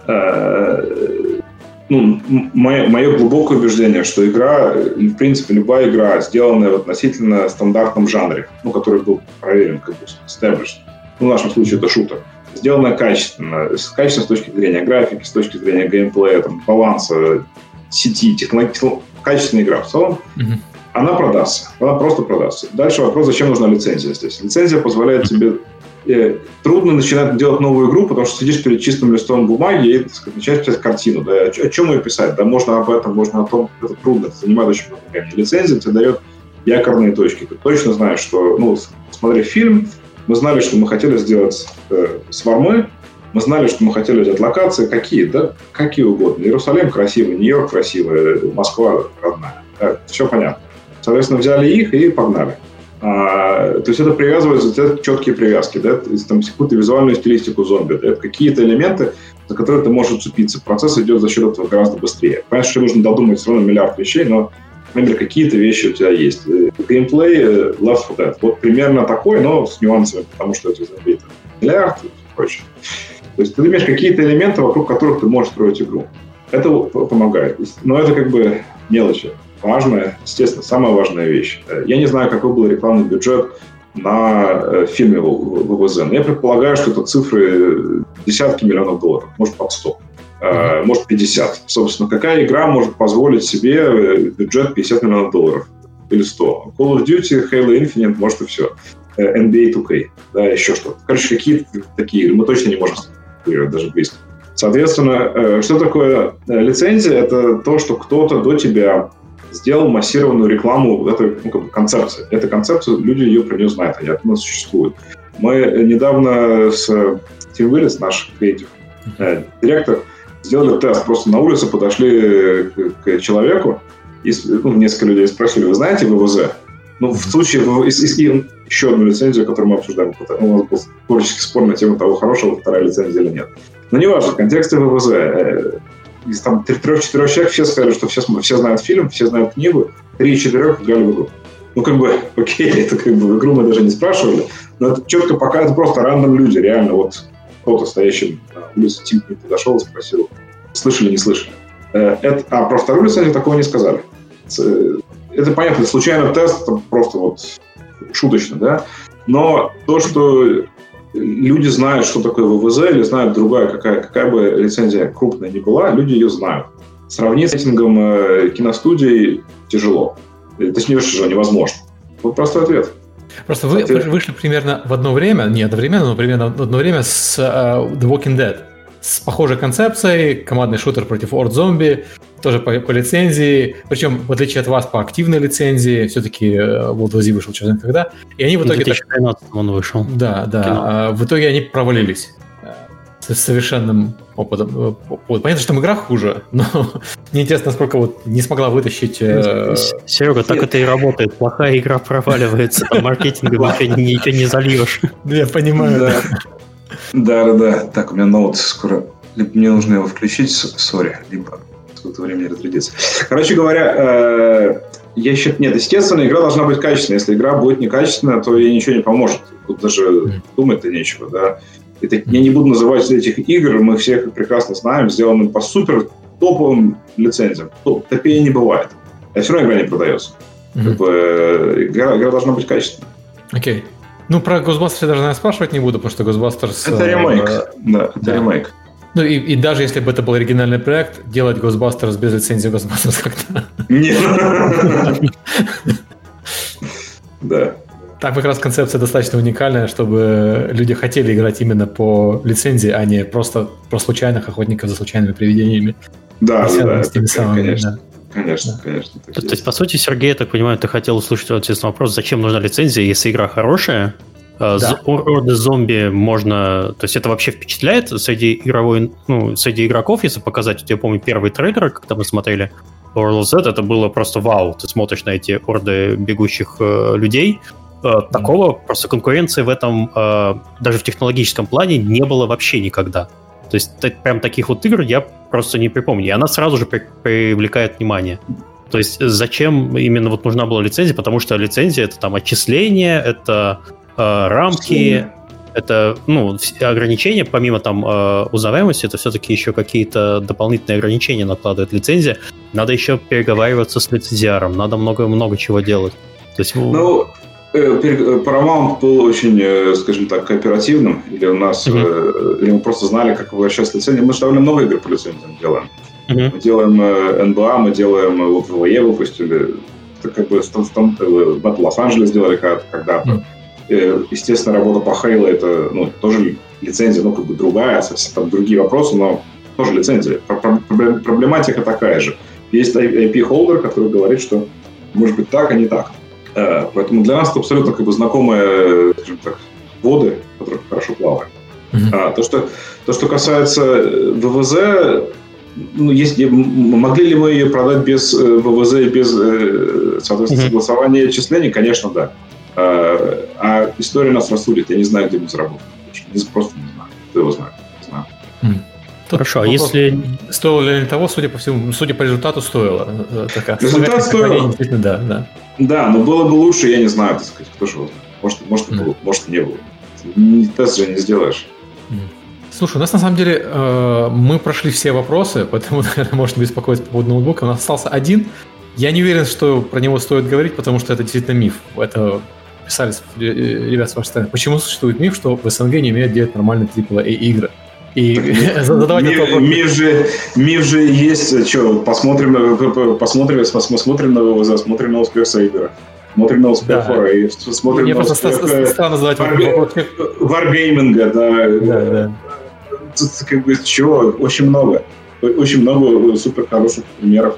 э, ну, мое, мое глубокое убеждение, что игра, в принципе, любая игра, сделанная в относительно стандартном жанре, ну, который был проверен, как бы established, ну, в нашем случае это шутер, сделанная качественно, качественно с точки зрения графики, с точки зрения геймплея, там, баланса, сети, технологии, качественная игра в целом, mm-hmm. она продастся. Она просто продастся. Дальше вопрос, зачем нужна лицензия здесь. Лицензия позволяет тебе... Э, трудно начинать делать новую игру, потому что сидишь перед чистым листом бумаги и, так сказать, начинаешь писать картину. Да? О, о чем ее писать? Да можно об этом, можно о том. Это трудно, это занимает очень много времени. Лицензия тебе дает якорные точки. Ты точно знаешь, что... Ну, смотри фильм, мы знали, что мы хотели сделать э, свармы, мы знали, что мы хотели взять локации. Какие? Да какие угодно. Иерусалим красивый, Нью-Йорк красивый, Москва родная. Да, все понятно. Соответственно, взяли их и погнали. А, то есть это привязывается, это четкие привязки, да, там какую-то визуальную стилистику зомби, да, это какие-то элементы, за которые ты можешь уцепиться. Процесс идет за счет этого гораздо быстрее. Понятно, что нужно додумать все равно миллиард вещей, но, например, какие-то вещи у тебя есть. Геймплей Left фор Dead. Вот примерно такой, но с нюансами, потому что это зомби миллиард и прочее. То есть ты имеешь какие-то элементы, вокруг которых ты можешь строить игру. Это помогает. Но это как бы мелочи. Важная, естественно, самая важная вещь. Я не знаю, какой был рекламный бюджет на фильме ВВЗ, но я предполагаю, что это цифры десятки миллионов долларов, может, под сто, mm-hmm. может, пятьдесят. Собственно, какая игра может позволить себе бюджет пятьдесят миллионов долларов или сто? Call of Duty, Halo Infinite, может, и все. эн би эй ту кей, да, еще что-то. Короче, какие-то такие игры мы точно не можем играть, даже близко. Соответственно, что такое лицензия? Это то, что кто-то до тебя сделал массированную рекламу этой, ну, как бы концепции. Эта концепция, люди ее про нее знают, она у нас существует. Мы недавно с Тим Уиллис, наш креатив э, директор, сделали тест. Просто на улице подошли к, к человеку, и ну, несколько людей спросили: вы знаете ВВЗ? Ну, в случае, и еще одну лицензию, которую мы обсуждаем, у нас был творческий спор на тему того, хорошего вторая лицензия или нет. Но неважно, в контексте ВВЗ. Э, из там трех-четырех человек все сказали, что все, все знают фильм, все знают книгу, три из четырех играли в игру. Ну, как бы, окей, это как бы в игру мы даже не спрашивали, но это четко пока это просто рандом люди, реально, вот кто-то стоящий на улице, Тим к ним подошел и спросил, слышали, не слышали. Это, а про вторую лицензию такого не сказали. Это понятно, случайный тест, это просто вот шуточно, да, но то, что люди знают, что такое ВВЗ, или знают другая, какая, какая бы лицензия крупная ни была, люди ее знают. Сравнить с рейтингом э, киностудий тяжело. Точнее, что невозможно. Вот простой ответ. Просто вы ответ. Вышли примерно в одно время, не одновременно, но примерно в одно время с uh, The Walking Dead. С похожей концепцией, командный шутер против орд зомби, тоже по, по лицензии, причем, в отличие от вас, по активной лицензии, все-таки World War Z вышел через когда, и они в итоге... В две тысячи тринадцатом так... он вышел. Да, да, а в итоге они провалились с совершенным опытом. Понятно, что там игра хуже, но мне интересно, насколько вот не смогла вытащить... Серега, так это и работает. Плохая игра проваливается, там маркетингом ничего не зальешь. Я понимаю, да. Да, да, да. Так, у меня ноут скоро... Либо мне нужно его включить, сори, либо сколько времени разрядится. Короче говоря, э, я считаю... Нет, естественно, игра должна быть качественной. Если игра будет некачественная, то ей ничего не поможет. Тут даже mm. думать-то нечего, да. Это, mm. Я не буду называть этих игр, мы всех их прекрасно знаем, сделаны по супер топовым лицензиям. Топ, топее не бывает. А все равно игра не продается. Mm. Как бы, игра, игра должна быть качественной. Окей. Okay. Ну, про Ghostbusters я даже, наверное, спрашивать не буду, потому что Ghostbusters... Это ремейк, э, да, это да. ремейк. Ну, и, и даже если бы это был оригинальный проект, делать Ghostbusters без лицензии Ghostbusters как-то... Нет. Да. Так как раз концепция достаточно уникальная, чтобы люди хотели играть именно по лицензии, а не просто про случайных охотников за случайными привидениями. Да, да, да, самыми, конечно. Да. Конечно, да. конечно. То, то есть, по сути, Сергей, я так понимаю, ты хотел услышать ответственный вопрос, зачем нужна лицензия, если игра хорошая? Да. Орды зомби можно... То есть, это вообще впечатляет среди игровой... Ну, среди игроков, если показать, я помню, первый трейлер, когда мы смотрели World Z, это было просто вау. Ты смотришь на эти орды бегущих э, людей. Э, такого mm. просто конкуренции в этом, э, даже в технологическом плане, не было вообще никогда. То есть, прям таких вот игр я просто не припомню. И она сразу же при- привлекает внимание. То есть, зачем именно вот нужна была лицензия? Потому что лицензия — это там отчисления, это э, рамки, это, ну, ограничения, помимо там э, узнаваемости, это все-таки еще какие-то дополнительные ограничения накладывает лицензия. Надо еще переговариваться с лицензиаром, надо много-много чего делать. То есть, ну... Paramount был очень, скажем так, кооперативным, или у нас, mm-hmm. или мы просто знали, как возвращаться лицензии. Мы же довольно много игр по лицензиям делаем. Mm-hmm. Мы делаем эн би эй, мы делаем, вот в ВВЕ выпустили как бы в том, в Лос-Анджелес сделали когда-то. Mm. Естественно, работа по Halo это ну, тоже лицензия, ну как бы другая, совсем там другие вопросы, но тоже лицензия. Проблематика такая же. Есть ай пи-холдер, который говорит, что может быть так, а не так. Поэтому для нас это абсолютно как бы знакомые, скажем так, воды, в которых хорошо плаваем. Mm-hmm. А, то, что, то, что касается ВВЗ, ну, есть, могли ли мы ее продать без ВВЗ и без, соответственно, mm-hmm. согласования и отчислений? Конечно, да. А, а история нас рассудит. Я не знаю, где мы заработали. Я просто не знаю. Кто его знает? Не знаю. Mm. Хорошо, а если стоило ли того, судя по всему, судя по результату, стоило. Такая, результат стоило. Да, да. Да, но было бы лучше, я не знаю, так сказать, кто же его знает. Может, может, mm. было, может, не было. Тест же не сделаешь. Mm. Слушай, у нас на самом деле э, мы прошли все вопросы, поэтому, наверное, можно беспокоиться по поводу ноутбука. У нас остался один. Я не уверен, что про него стоит говорить, потому что это действительно миф. Это писали ребята с вашей стороны. Почему существует миф, что в СНГ не умеют делать нормальные трипл эй игры? И задавать миф, миф, же, миф же есть. Что, посмотрим, посмотрим, посмотрим на ВВЗ, смотрим на успех Сейбера. Смотрим на успех Фора, смотрим Мне на успех странно задавать вопрос. Варгейминга, да. Да, да. Тут как бы чего, очень много. Очень много супер хороших примеров.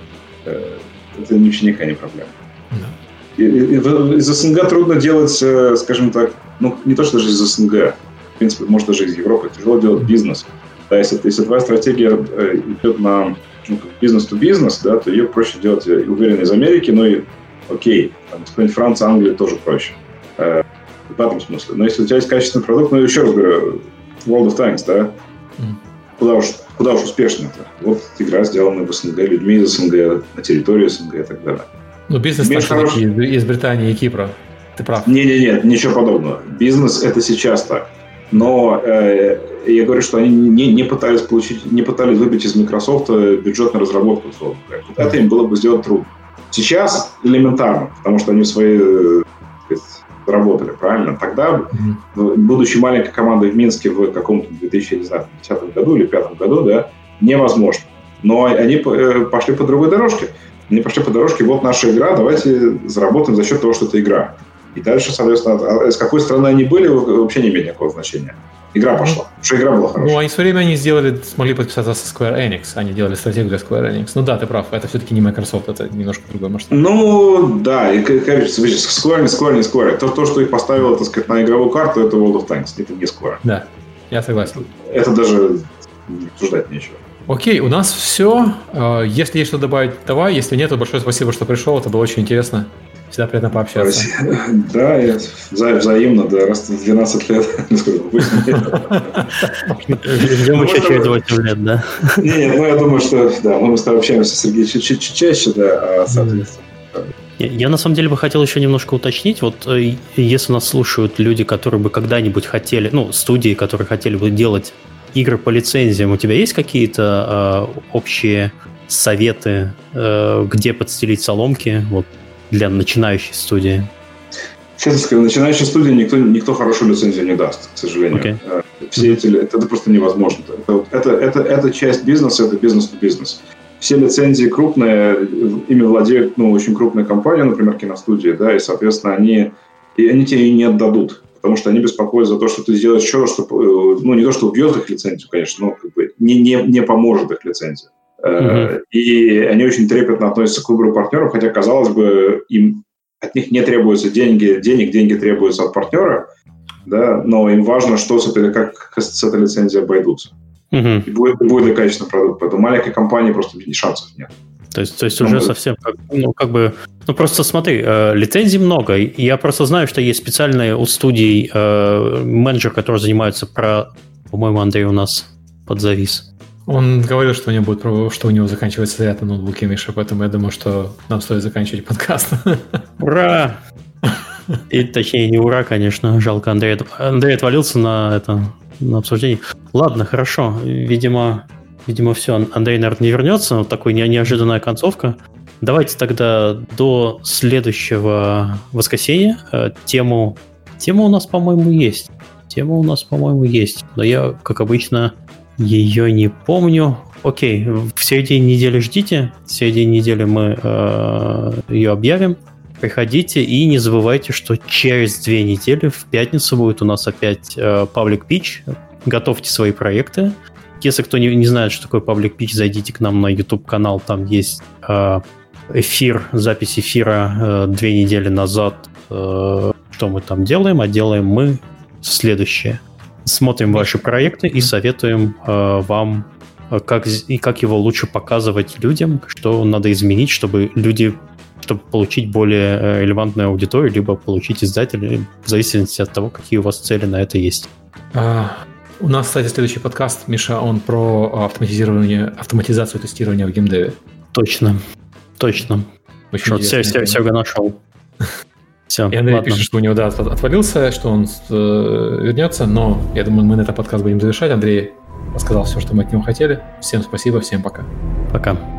Это вообще никакая не проблема. Да. Из СНГ трудно делать, скажем так, ну не то, что даже из СНГ, в принципе, может даже из Европы, тяжело делать бизнес. Да, если, если твоя стратегия идет на ну, бизнес-то-бизнес, да, то ее проще делать, я уверен, из Америки, но и окей, там, какой-нибудь Франция, Англия тоже проще. Э, в этом смысле. Но если у тебя есть качественный продукт, ну, еще раз говорю, World of Tanks, да, mm. куда, уж, куда уж успешно-то? Вот игра сделана в СНГ, людьми из СНГ, на территории СНГ и так далее. Ну, бизнес так хорош... из Британии и Кипра. Ты прав. Не-не-не, ничего подобного. Бизнес — это сейчас так. Но э, я говорю, что они не, не пытались получить, не пытались выбить из Microsoft бюджет на разработку. Вот это им было бы сделать трудно. Сейчас элементарно, потому что они свои э, заработали, правильно? Тогда, mm-hmm. будучи маленькой командой в Минске в каком-то две тысячи десятом году или две тысячи пятом году, да, невозможно. Но они э, пошли по другой дорожке. Они пошли по дорожке, вот наша игра, давайте заработаем за счет того, что это игра. И дальше, соответственно, с какой стороны они были, вообще не имеет никакого значения. Игра пошла, потому что игра была хорошая. Ну, они в свое время они сделали, смогли подписаться со Square Enix, они делали стратегию для Square Enix. Ну да, ты прав, это все-таки не Microsoft, это немножко другой масштаб. Ну, да, и, конечно, Square не Square, не Square. То, то, что их поставило, так сказать, на игровую карту, это World of Tanks, это не Square. Да, я согласен. Это даже обсуждать нечего. Окей, у нас все. Если есть что добавить, давай. Если нет, то большое спасибо, что пришел. Это было очень интересно. Всегда приятно пообщаться. Да, я вза- взаимно, да, раз в двенадцать лет. Ждем еще через восемь лет, да? Нет, ну я думаю, что да, мы с тобой общаемся, Сергей, чуть чаще, да, а соответственно. Я на самом деле бы хотел еще немножко уточнить, вот если нас слушают люди, которые бы когда-нибудь хотели, ну, студии, которые хотели бы делать игры по лицензиям, у тебя есть какие-то э, общие советы, э, где подстелить соломки вот, для начинающей студии? Честно скажу, начинающей студии никто, никто хорошую лицензию не даст, к сожалению. Okay. Все эти, это, это просто невозможно. Это, это, это, это часть бизнеса, это бизнес-то-бизнес. Все лицензии крупные, ими владеют ну, очень крупные компании, например, киностудии, да, и, соответственно, они, и они тебе и не отдадут. Потому что они беспокоятся за то, что ты сделаешь что, что ну, не то, что убьет их лицензию, конечно, но как бы не, не, не поможет их лицензия. Mm-hmm. И они очень трепетно относятся к выбору партнеров, хотя, казалось бы, им от них не требуются деньги, денег, деньги требуются от партнера, да, но им важно, что с этой, как с этой лицензией обойдутся. Mm-hmm. И будет, будет ли качественный продукт. Поэтому маленькой компании просто шансов нет. То есть, то есть уже будет. совсем, ну, как бы, ну, просто смотри, э, лицензий много, и я просто знаю, что есть специальные у студий э, менеджер, который занимается про, по-моему, Андрей у нас подзавис. Он говорил, что у него будет, что у него заканчивается заряд на ноутбуке, Миша, поэтому я думаю, что нам стоит заканчивать подкаст. Ура! И, точнее, не ура, конечно, жалко, Андрей, Андрей отвалился на это, на обсуждение. Ладно, хорошо, видимо... Видимо, все. Андрей, наверное, не вернется. Вот такая неожиданная концовка. Давайте тогда до следующего воскресенья. Тему, тема у нас, по-моему, есть. Тема у нас, по-моему, есть. Но я, как обычно, ее не помню. Окей, в середине недели ждите. В середине недели мы э, ее объявим. приходите и не забывайте, что через две недели в пятницу будет у нас опять э, Public Pitch. Готовьте свои проекты. Если кто не, не знает, что такое Public Pitch, зайдите к нам на YouTube-канал, там есть э, эфир, запись эфира э, две недели назад, э, что мы там делаем, а делаем мы следующее. Смотрим ваши проекты и советуем э, вам, э, как, и как его лучше показывать людям, что надо изменить, чтобы люди, чтобы получить более э, релевантную аудиторию, либо получить издателя, в зависимости от того, какие у вас цели на это есть. А, у нас, кстати, следующий подкаст, Миша, он про автоматизирование, автоматизацию тестирования в геймдеве. Точно, точно. Очень все, все, все нашел. Все, и Андрей ладно. пишет, что у него, да, отвалился, что он э, вернется, но я думаю, мы на этот подкаст будем завершать. Андрей рассказал все, что мы от него хотели. Всем спасибо, всем пока. Пока.